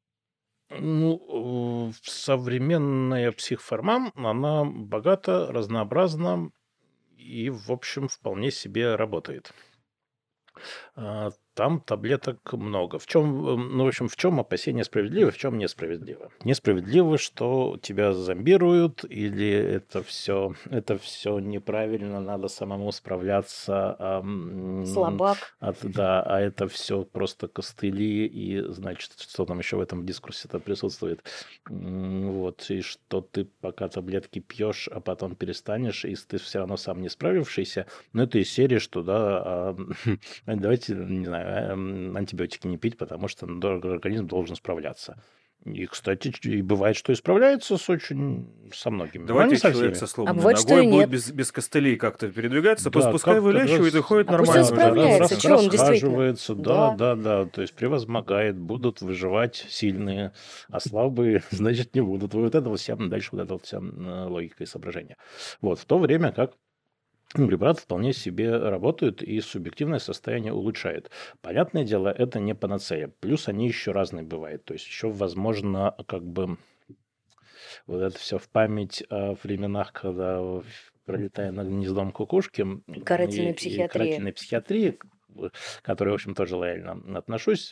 Ну, современная психфарма, она богата, разнообразна и, в общем, вполне себе работает. Там таблеток много. Ну, в общем, в чем опасения справедливы, в чем несправедливо? Несправедливо, что тебя зомбируют, или это все неправильно, надо самому справляться, Слабак. а это все просто костыли, и, значит, что там еще в этом дискурсе-то присутствует. Вот, и что ты пока таблетки пьешь, а потом перестанешь, и ты все равно сам не справившийся. Но это из серии, что, да, давайте, не знаю, антибиотики не пить, потому что организм должен справляться. И, кстати, и бывает, что и справляется со многими, но Давайте не со человек всеми. со А сломанной бывает, что ногой и будет нет. без костылей как-то передвигаться, Да, пускай как-то вылечивает и ходит А пусть он нормально уже. справляется, чё он действительно? расхаживается, да, Да. то есть превозмогает, будут выживать сильные, а слабые, значит, не будут. Вот это вот вся, дальше вот эта вот вся логика и соображение. Вот, в то время как препараты вполне себе работают и субъективное состояние улучшает. Понятное дело, это не панацея. Плюс они еще разные бывают. То есть еще возможно как бы вот это все в память о временах, когда пролетая над гнездом кукушки Карательная и психиатрия. карательной психиатрии, к которой, в общем, тоже лояльно отношусь.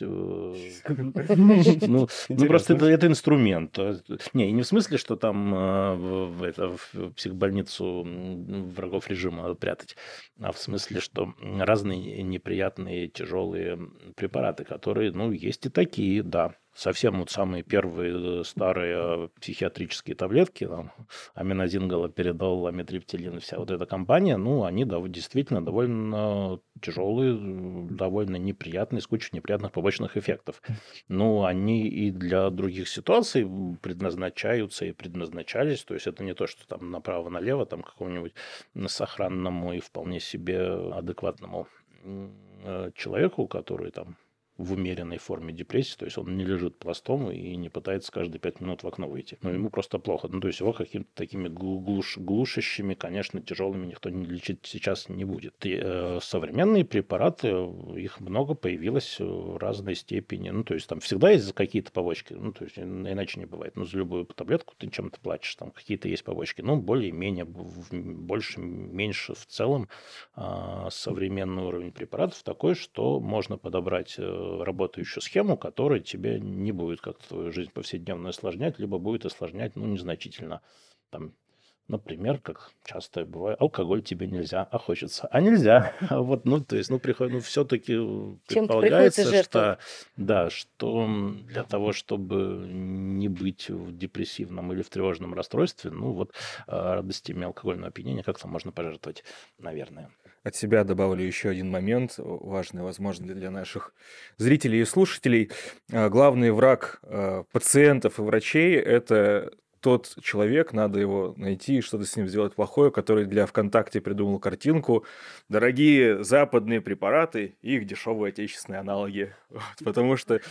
Ну, просто Интересно. это инструмент. Не, и не в смысле, что там в психбольницу врагов режима надо прятать, а в смысле, что разные неприятные, тяжелые препараты, которые, ну, есть и такие, да. Совсем вот самые первые старые психиатрические таблетки, там, аминозин, галоперидол, амитриптилин, вся вот эта компания, ну, они действительно довольно тяжелые, довольно неприятные, с кучей неприятных побочных эффектов. Ну, они и для других ситуаций предназначаются и предназначались, то есть это не то, что там направо-налево, там какому-нибудь сохранному и вполне себе адекватному человеку, который там в умеренной форме депрессии, то есть он не лежит пластом и не пытается каждые 5 минут в окно выйти. Но ему просто плохо. Ну, то есть его какими-то такими глушащими, конечно, тяжелыми никто не лечить сейчас не будет. И, современные препараты, их много появилось в разной степени. Ну, то есть там всегда есть какие-то побочки, ну, то есть иначе не бывает. Ну, за любую таблетку ты чем-то платишь, там какие-то есть побочки. Ну, более-менее, больше, меньше в целом современный уровень препаратов такой, что можно подобрать работающую схему, которая тебе не будет как-то твою жизнь повседневно осложнять, либо будет осложнять, ну, незначительно. Там, например, как часто бывает, алкоголь тебе нельзя, а хочется. А нельзя. Вот, ну, то есть, ну, все-таки Чем-то приходится предполагается, жертвовать. да, что для того, чтобы не быть в депрессивном или в тревожном расстройстве, ну, вот радостями алкогольного опьянения как-то можно пожертвовать, наверное. От себя добавлю еще один момент, важный, возможно, для наших зрителей и слушателей. Главный враг пациентов и врачей – это тот человек, надо его найти и что-то с ним сделать плохое, который для ВКонтакте придумал картинку «Дорогие западные препараты и их дешевые отечественные аналоги». Вот, потому что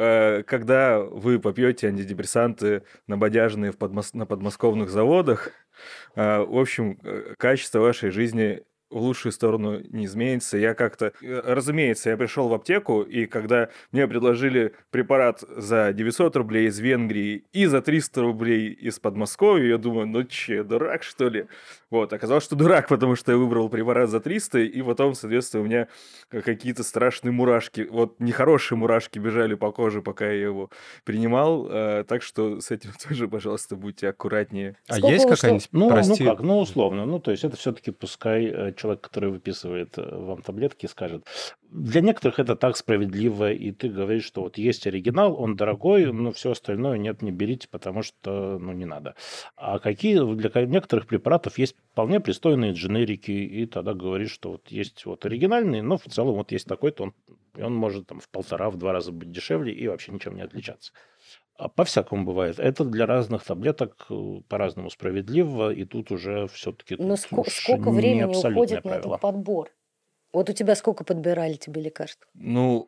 когда вы попьете антидепрессанты, набодяженные на подмосковных заводах, в общем, качество вашей жизни в лучшую сторону не изменится. Я как-то... Разумеется, я пришел в аптеку, и когда мне предложили препарат за 900 рублей из Венгрии и за 300 рублей из Подмосковья, я думаю, ну че, дурак, что ли? Вот, оказалось, что дурак, потому что я выбрал препарат за 300, и потом, соответственно, у меня какие-то страшные мурашки, вот нехорошие мурашки бежали по коже, пока я его принимал, так что с этим тоже, пожалуйста, будьте аккуратнее. А Сколько есть ушло? какая-нибудь, Ну прости, как, ну условно. Ну, то есть это все-таки пускай человек, который выписывает вам таблетки, скажет. Для некоторых это так справедливо, и ты говоришь, что вот есть оригинал, он дорогой, но все остальное нет, не берите, потому что, ну, не надо. А какие для некоторых препаратов есть вполне пристойные дженерики, и тогда говоришь, что вот есть вот оригинальный, но в целом вот есть такой-то, он может там в 1,5-2 раза быть дешевле и вообще ничем не отличаться. По-всякому бывает. Это для разных таблеток по-разному справедливо, и тут уже все-таки Но уж сколько не времени абсолютное уходит на этот правило. подбор? Вот у тебя сколько подбирали тебе лекарств? Ну,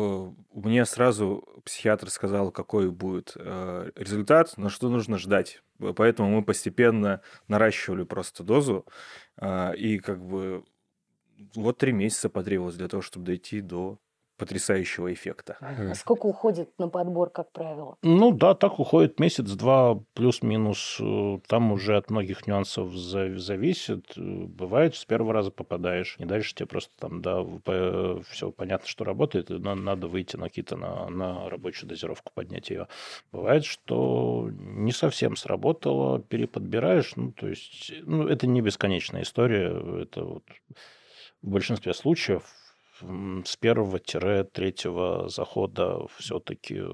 мне сразу психиатр сказал, какой будет результат, но что нужно ждать. Поэтому мы постепенно наращивали просто дозу, и как бы вот 3 месяца потребовалось для того, чтобы дойти до потрясающего эффекта. А сколько уходит на подбор, как правило? Ну да, так уходит месяц-два, плюс-минус. Там уже от многих нюансов зависит. Бывает, с первого раза попадаешь, и дальше тебе просто там, да, все понятно, что работает, и надо выйти на какие-то на рабочую дозировку, поднять ее. Бывает, что не совсем сработало, переподбираешь, ну, то есть, ну, это не бесконечная история, это вот в большинстве случаев с 1-3 захода все-таки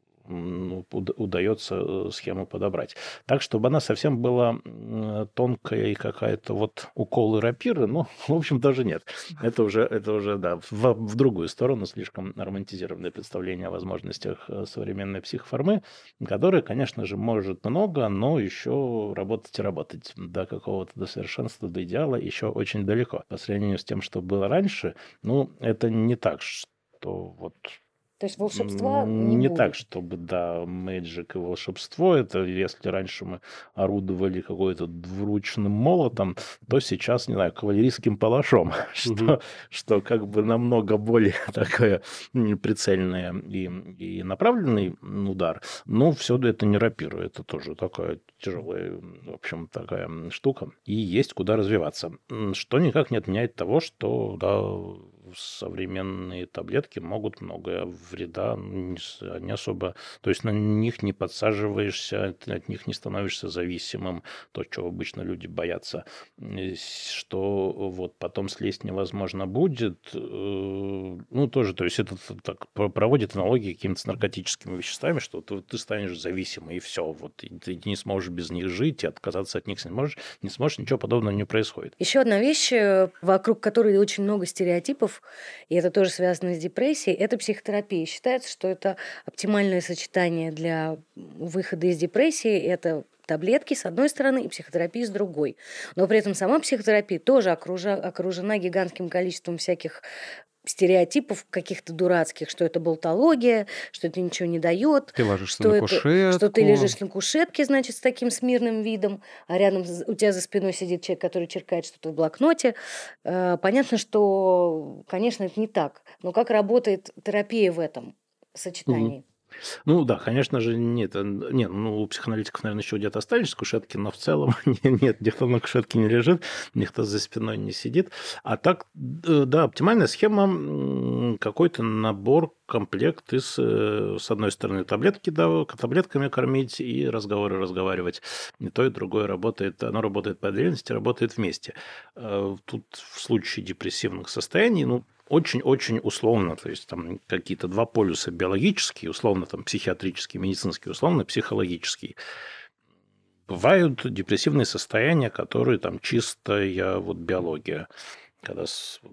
удается схему подобрать. Так, чтобы она совсем была тонкая и какая-то вот уколы рапиры, ну, в общем, даже нет. Это уже да, в другую сторону слишком романтизированное представление о возможностях современной психоформы, которая, конечно же, может много, но еще работать и работать до какого-то, до совершенства, до идеала еще очень далеко. По сравнению с тем, что было раньше, ну, это не так, что вот... То есть волшебства не Не будет. так, чтобы, да, мэджик и волшебство. Это если раньше мы орудовали какой-то двуручным молотом, то сейчас, не знаю, кавалерийским палашом, что как бы намного более такое прицельное и направленный удар. Но все это не рапира, это тоже такая тяжелая, в общем, такая штука. И есть куда развиваться. Что никак не отменяет того, что, да, современные таблетки могут многое вреда, не особо, то есть на них не подсаживаешься, ты от них не становишься зависимым, то, чего обычно люди боятся, что вот потом слезть невозможно будет, ну, тоже, то есть это так проводит аналогии какими-то с наркотическими веществами, что ты станешь зависимым, и все, вот, и ты не сможешь без них жить, и отказаться от них не сможешь, ничего подобного не происходит. Еще одна вещь, вокруг которой очень много стереотипов, и это тоже связано с депрессией, это психотерапия. Считается, что это оптимальное сочетание для выхода из депрессии. Это таблетки с одной стороны и психотерапия с другой. Но при этом сама психотерапия тоже окружена гигантским количеством всяких стереотипов каких-то дурацких, что это болтология, что это ничего не дает, Ты ложишься что на это, кушетку. что ты лежишь на кушетке, значит, с таким смирным видом, а рядом у тебя за спиной сидит человек, который черкает что-то в блокноте. Понятно, что, конечно, это не так. Но как работает терапия в этом сочетании? Ну да, конечно же, нет, нет, ну у психоаналитиков, наверное, еще где-то остались кушетки, но в целом нет, никто на кушетке не лежит, никто за спиной не сидит. А так, да, оптимальная схема какой-то набор, комплект из, с одной стороны, таблетки, да, таблетками кормить и разговоры разговаривать. И то, и другое работает, оно работает по отдельности, работает вместе. Тут в случае депрессивных состояний, ну, очень-очень условно, то есть там какие-то два полюса биологические, условно там психиатрический, медицинский, условно психологический. Бывают депрессивные состояния, которые там чистая вот биология, когда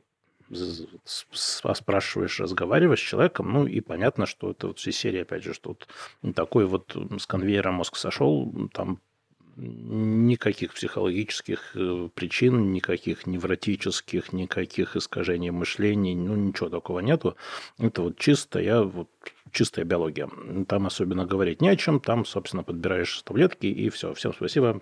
спрашиваешь, разговариваешь с человеком, ну и понятно, что это вот все серии, опять же, что вот такой вот с конвейера мозг сошел, там никаких психологических причин, никаких невротических, никаких искажений мышления, ну ничего такого нету. Это вот чистая биология. Там особенно говорить не о чем, там, собственно, подбираешь таблетки и все. Всем спасибо.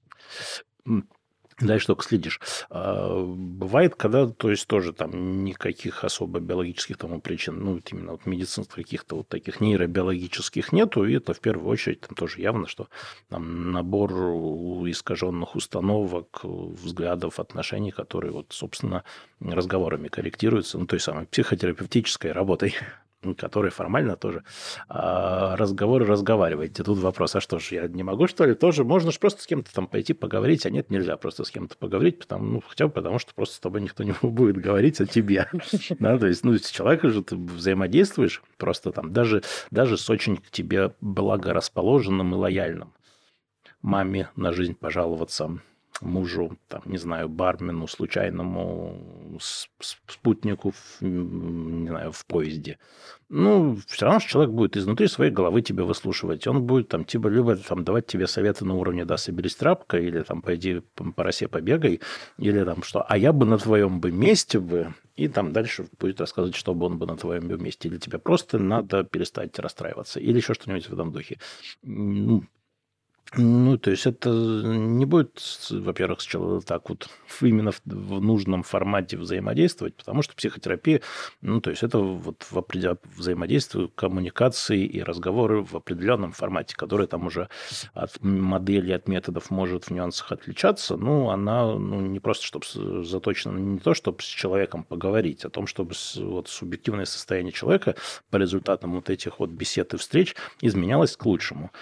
Дальше только следишь. Бывает, когда, то есть, тоже там никаких особо биологических тому причин, ну, вот именно вот медицинских каких-то вот таких нейробиологических нету, и это в первую очередь там тоже явно, что там набор искаженных установок, взглядов, отношений, которые вот, собственно, разговорами корректируются, ну, той самой психотерапевтической работой, который формально тоже разговоры разговариваете. Тут вопрос, а что же, я не могу, что ли? Тоже можно же просто с кем-то там пойти поговорить, а нет, нельзя просто с кем-то поговорить, ну, хотя бы потому, что просто с тобой никто не будет говорить о тебе. Да, то есть, ну, с человеком же ты взаимодействуешь просто там, даже с очень к тебе благорасположенным и лояльным. Маме на жизнь пожаловаться, мужу, там, не знаю, бармену, случайному спутнику, не знаю, в поезде. Ну, все равно человек будет изнутри своей головы тебя выслушивать. Он будет там, типа, либо там, давать тебе советы на уровне «да, соберись тряпка», или там «пойди по росе побегай», или там что «а я бы на твоем бы месте бы», и там дальше будет рассказывать, что бы он бы на твоем бы месте. Или тебе просто надо перестать расстраиваться, или еще что-нибудь в этом духе. Ну, то есть это не будет, во-первых, сначала так вот именно в нужном формате взаимодействовать, потому что психотерапия, ну, то есть это вот взаимодействие, коммуникации и разговоры в определенном формате, который там уже от модели, от методов может в нюансах отличаться, ну, она не просто, чтобы заточена не то, чтобы с человеком поговорить, о том, чтобы вот субъективное состояние человека по результатам вот этих вот бесед и встреч изменялось к лучшему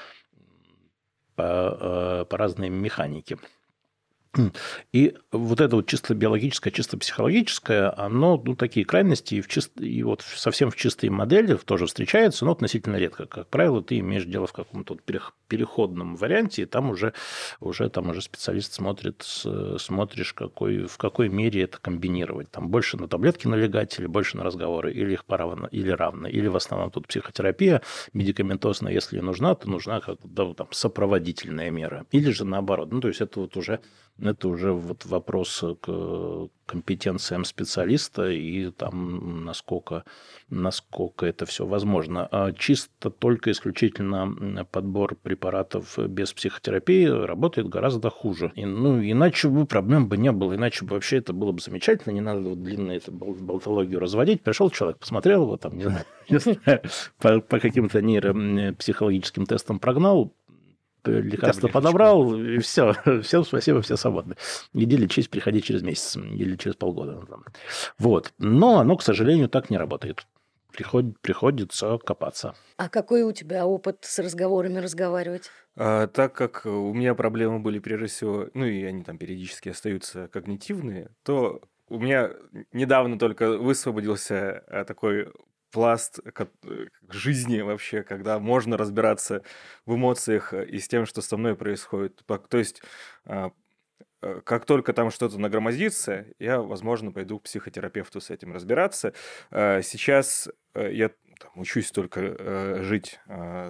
по разной механике. И вот это вот чисто биологическое, чисто психологическое, оно, ну, такие крайности и вот совсем в чистой модели тоже встречаются, но относительно редко. Как правило, ты имеешь дело в каком-то вот переходном варианте, и там уже специалист смотришь, в какой мере это комбинировать. Там больше на таблетки налегать, или больше на разговоры, или их поравно, или равно. Или в основном тут психотерапия медикаментозная, если нужна, то нужна там сопроводительная мера. Или же наоборот. Ну, то есть это уже вот вопрос к компетенциям специалиста и там насколько это все возможно. А чисто только исключительно подбор препаратов без психотерапии работает гораздо хуже. Иначе бы проблем бы не было, иначе бы вообще это было бы замечательно, не надо вот длинно эту болтологию разводить. Пришел человек, посмотрел его там, не знаю, по каким-то нейропсихологическим тестам прогнал, лекарство подобрал, и все. Всем спасибо, все свободны. Иди лечись, приходи через месяц или через полгода. Вот. Но оно, к сожалению, так не работает. Приходится копаться. А какой у тебя опыт с разговорами разговаривать? Так как у меня проблемы были прежде всего, ну и они там периодически остаются когнитивные, то у меня недавно только высвободился такой пласт жизни вообще, когда можно разбираться в эмоциях и с тем, что со мной происходит. То есть как только там что-то нагромоздится, я, возможно, пойду к психотерапевту с этим разбираться. Сейчас я там, учусь только жить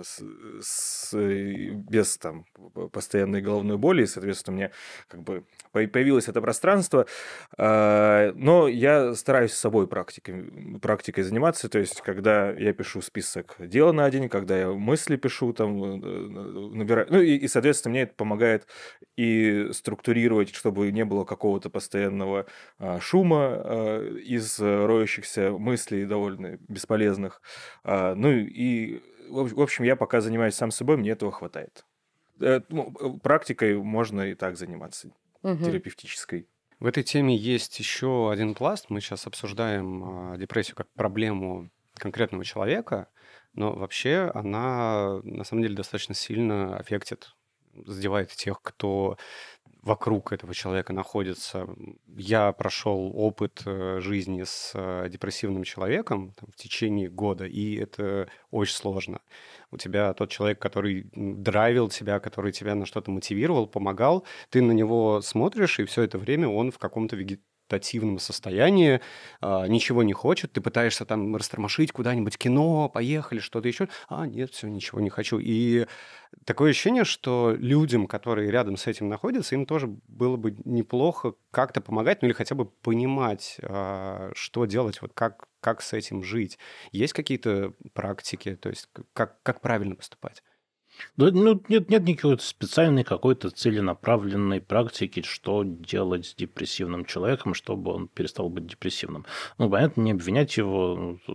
без там постоянной головной боли, и, соответственно, у меня как бы появилось это пространство, но я стараюсь с собой практикой заниматься, то есть когда я пишу список дел на день, когда я мысли пишу, там, набираю, ну и, соответственно, мне это помогает и структурировать, чтобы не было какого-то постоянного шума из роющихся мыслей довольно бесполезных, ну и в общем, я пока занимаюсь сам собой, мне этого хватает. Практикой можно и так заниматься, Мгм. терапевтической. В этой теме есть еще один пласт. Мы сейчас обсуждаем депрессию как проблему конкретного человека, но вообще она на самом деле достаточно сильно аффектит, задевает тех, кто вокруг этого человека находится. Я прошел опыт жизни с депрессивным человеком там, в течение года, и это очень сложно. У тебя тот человек, который драйвил тебя, который тебя на что-то мотивировал, помогал, ты на него смотришь, и все это время он в каком-то вегетативном состоянии, ничего не хочет, ты пытаешься там растормошить куда-нибудь кино, поехали, что-то еще. Нет, все, ничего не хочу. И такое ощущение, что людям, которые рядом с этим находятся, им тоже было бы неплохо как-то помогать, ну или хотя бы понимать, что делать, вот как с этим жить. Есть какие-то практики, то есть как правильно поступать? Да, ну, нет никакой специальной какой-то целенаправленной практики, что делать с депрессивным человеком, чтобы он перестал быть депрессивным. Ну, понятно, не обвинять его,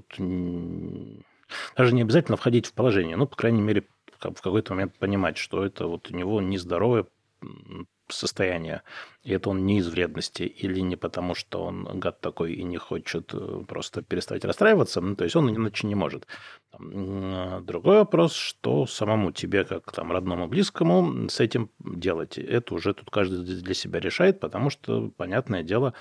даже не обязательно входить в положение, ну, по крайней мере, в какой-то момент понимать, что это вот у него нездоровое состояние, и это он не из вредности или не потому, что он гад такой и не хочет просто перестать расстраиваться, то есть он иначе не может. Другой вопрос, что самому тебе, как там родному, близкому, с этим делать. Это уже тут каждый для себя решает, потому что, понятное дело,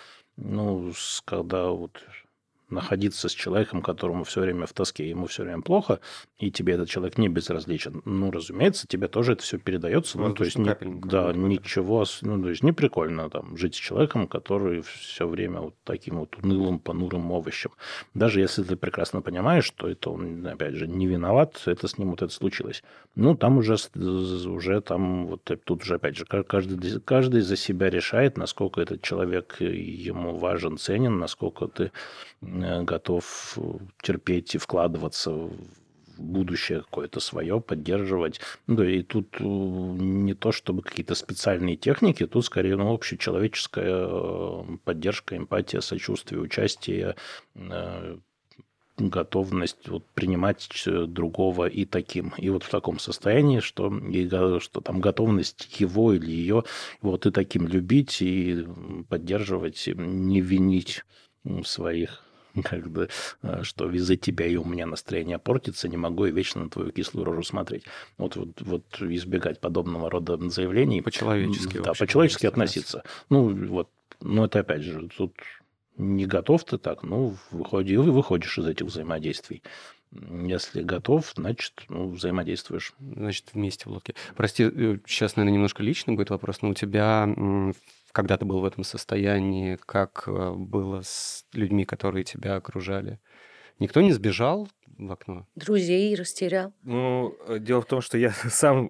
когда вот находиться с человеком, которому все время в тоске, ему все время плохо, и тебе этот человек не безразличен, разумеется, тебе тоже это все передается. То есть, ничего, то есть не прикольно там жить с человеком, который все время вот таким вот унылым, понурым овощем. Даже если ты прекрасно понимаешь, что это он, опять же, не виноват, это с ним вот это случилось. Там уже там вот тут уже, опять же, каждый за себя решает, насколько этот человек ему важен, ценен, насколько ты готов терпеть и вкладываться в будущее какое-то свое, поддерживать. И тут не то чтобы какие-то специальные техники, тут скорее общечеловеческая поддержка, эмпатия, сочувствие, участие, готовность принимать другого и таким. И вот в таком состоянии, что там готовность его или ее и таким любить и поддерживать, не винить своих что из-за тебя и у меня настроение портится, не могу я вечно на твою кислую рожу смотреть. Вот избегать подобного рода заявлений. По-человечески. Да, по-человечески относиться. Это опять же, тут не готов ты так, выходишь из этих взаимодействий. Если готов, значит, взаимодействуешь. Значит, вместе в лодке. Прости, сейчас, наверное, немножко личный будет вопрос, но у тебя, когда ты был в этом состоянии, как было с людьми, которые тебя окружали? Никто не сбежал в окно? Друзей растерял. Дело в том, что я сам,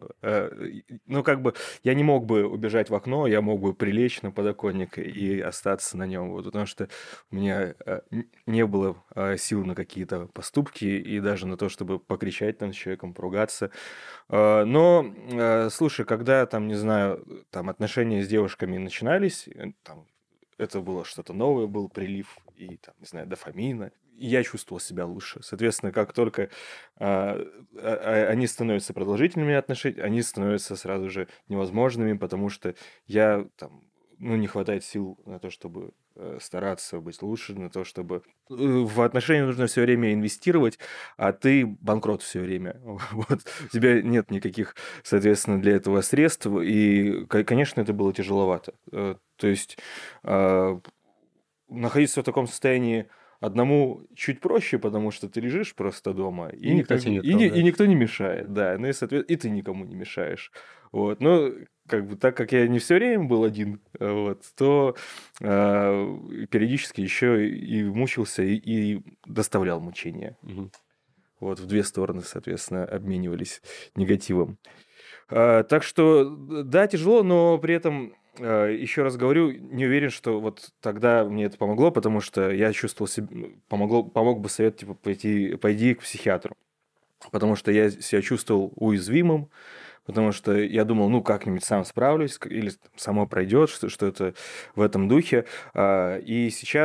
я не мог бы убежать в окно, я мог бы прилечь на подоконник и остаться на нем, потому что у меня не было сил на какие-то поступки и даже на то, чтобы покричать там с человеком, поругаться. Но, слушай, когда там, не знаю, там отношения с девушками начинались, там это было что-то новое, был прилив и, там, не знаю, дофамина. И я чувствовал себя лучше. Соответственно, как только они становятся продолжительными отношениями, они становятся сразу же невозможными, потому что я там, не хватает сил на то, чтобы стараться быть лучше, на то, чтобы... В отношения нужно все время инвестировать, а ты банкрот все время. Вот. У тебя нет никаких, соответственно, для этого средств, и, конечно, это было тяжеловато. То есть находиться в таком состоянии одному чуть проще, потому что ты лежишь просто дома, и никто тебя не трогает. и никто не мешает, да, и, соответственно, и ты никому не мешаешь. Вот. Но так как я не все время был один, то периодически еще и мучился, и доставлял мучения. Угу. В две стороны, соответственно, обменивались негативом. Так что, да, тяжело, но при этом... Еще раз говорю, не уверен, что тогда мне это помогло, потому что я чувствовал себя, помог бы совет, типа, пойди к психиатру, потому что я себя чувствовал уязвимым, потому что я думал, как-нибудь сам справлюсь, или само пройдет, что это в этом духе. И сейчас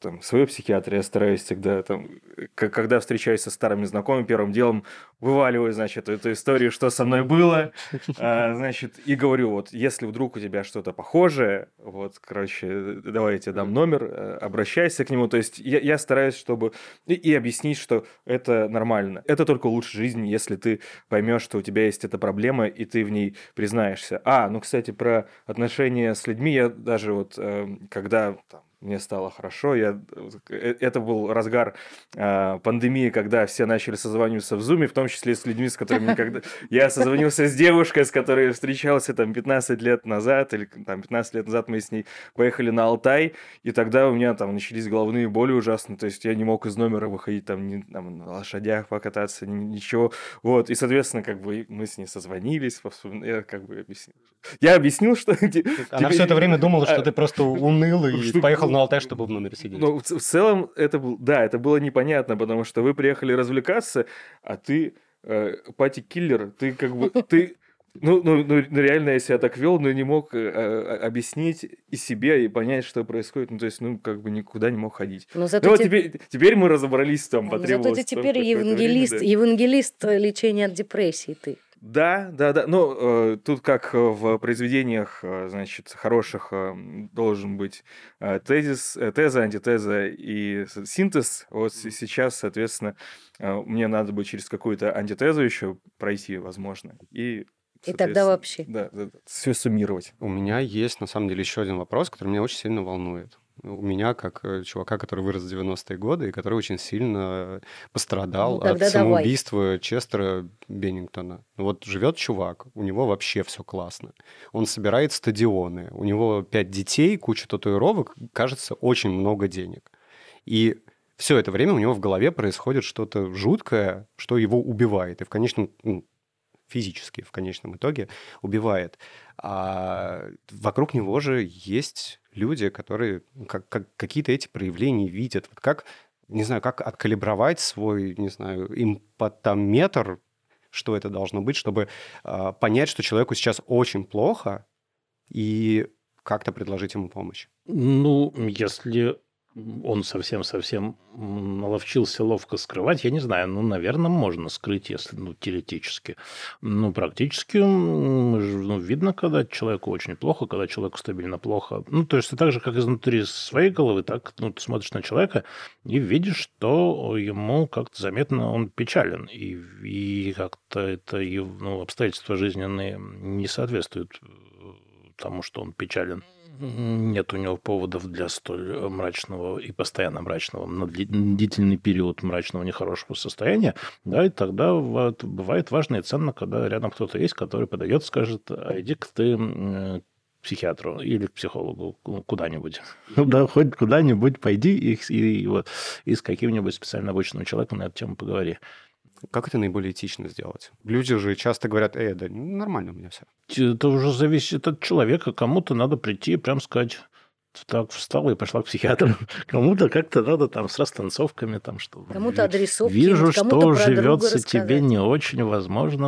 там, своего психиатра, я стараюсь всегда, там, когда встречаюсь со старыми знакомыми, первым делом вываливаю, значит, эту историю, что со мной было, значит, и говорю, вот, если вдруг у тебя что-то похожее, вот, короче, давай я тебе дам номер, обращайся к нему, то есть я стараюсь, чтобы... И объяснить, что это нормально. Это только улучшит жизнь, если ты поймешь, что у тебя есть эта проблема, и ты в ней признаешься. Ну, кстати, про отношения с людьми я даже вот, когда там, мне стало хорошо, это был разгар пандемии, когда все начали созваниваться в Зуме, в том числе с людьми, с которыми никогда... Я созвонился с девушкой, с которой встречался там 15 лет назад, или там 15 лет назад мы с ней поехали на Алтай, и тогда у меня там начались головные боли ужасные, то есть я не мог из номера выходить, там, на лошадях покататься, ничего, вот, и, соответственно, как бы мы с ней созвонились, я как бы объяснил. Я объяснил, что... Она все это время думала, что ты просто уныл и поехал на Алтай, чтобы в номере сидеть. Ну, в целом, это было непонятно, потому что вы приехали развлекаться, а ты пати-киллер, ты как бы... Ну, реально я себя так вел, но не мог объяснить и себе, и понять, что происходит. Ну, то есть, как бы никуда не мог ходить. Но зато вот теперь мы разобрались, там, потребовалось... Зато ты теперь евангелист лечения от депрессии ты. Да. Ну, тут как в произведениях, значит, хороших должен быть теза, антитеза и синтез. Вот сейчас, соответственно, мне надо бы через какую-то антитезу еще пройти, возможно, и тогда вообще. Да, все суммировать. У меня есть, на самом деле, еще один вопрос, который меня очень сильно волнует. У меня, как чувака, который вырос в 90-е годы и который очень сильно пострадал от самоубийства Честера Беннингтона. Вот живет чувак, у него вообще все классно. Он собирает стадионы, у него 5 детей, куча татуировок, кажется, очень много денег. И все это время у него в голове происходит что-то жуткое, что его убивает. И в конечном... физически в конечном итоге убивает. А вокруг него же есть люди, которые какие-то эти проявления видят. Вот как, не знаю, как откалибровать свой, не знаю, импотометр, что это должно быть, чтобы понять, что человеку сейчас очень плохо, и как-то предложить ему помощь. Ну, если он совсем-совсем наловчился ловко скрывать, я не знаю, наверное, можно скрыть, если, теоретически. Практически, видно, когда человеку очень плохо, когда человеку стабильно плохо. То есть, так же, как изнутри своей головы, так, ты смотришь на человека и видишь, что ему как-то заметно он печален. И как-то это обстоятельства жизненные не соответствуют тому, что он печален. Нет у него поводов для столь мрачного и постоянно мрачного, на длительный период мрачного нехорошего состояния, да, и тогда бывает важно и ценно, когда рядом кто-то есть, который подойдет и скажет, а иди-ка ты к психиатру или к психологу куда-нибудь. Да, хоть куда-нибудь пойди и с каким-нибудь специально обученным человеком на эту тему поговори. Как это наиболее этично сделать? Люди же часто говорят, да нормально у меня все. Это уже зависит от человека. Кому-то надо прийти и прям сказать, так, встала и пошла к психиатру. Кому-то как-то надо там с растанцовками, там что. Кому-то адресовки. Вижу, что живется тебе не очень. Возможно,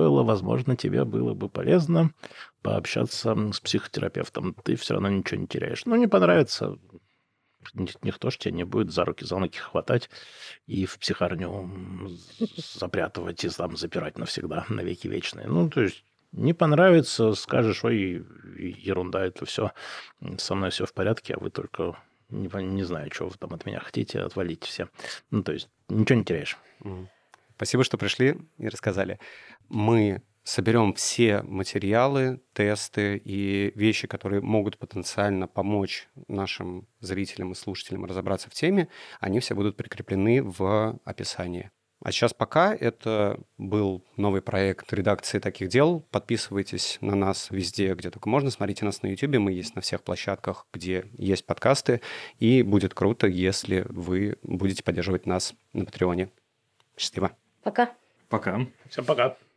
тебе было бы полезно пообщаться с психотерапевтом. Ты все равно ничего не теряешь. Не понравится... Никто ж тебя не будет за руки, за ноги хватать и в психарню запрятывать и там запирать навсегда, навеки вечные. То есть не понравится, скажешь, ой, ерунда, это все, со мной все в порядке, а вы только не знаю, что вы там от меня хотите, отвалите все. То есть ничего не теряешь. Спасибо, что пришли и рассказали. Мы соберем все материалы, тесты и вещи, которые могут потенциально помочь нашим зрителям и слушателям разобраться в теме. Они все будут прикреплены в описании. А сейчас пока это был новый проект редакции «Таких дел». Подписывайтесь на нас везде, где только можно. Смотрите нас на YouTube. Мы есть на всех площадках, где есть подкасты. И будет круто, если вы будете поддерживать нас на Патреоне. Счастливо. Пока. Пока. Всем пока.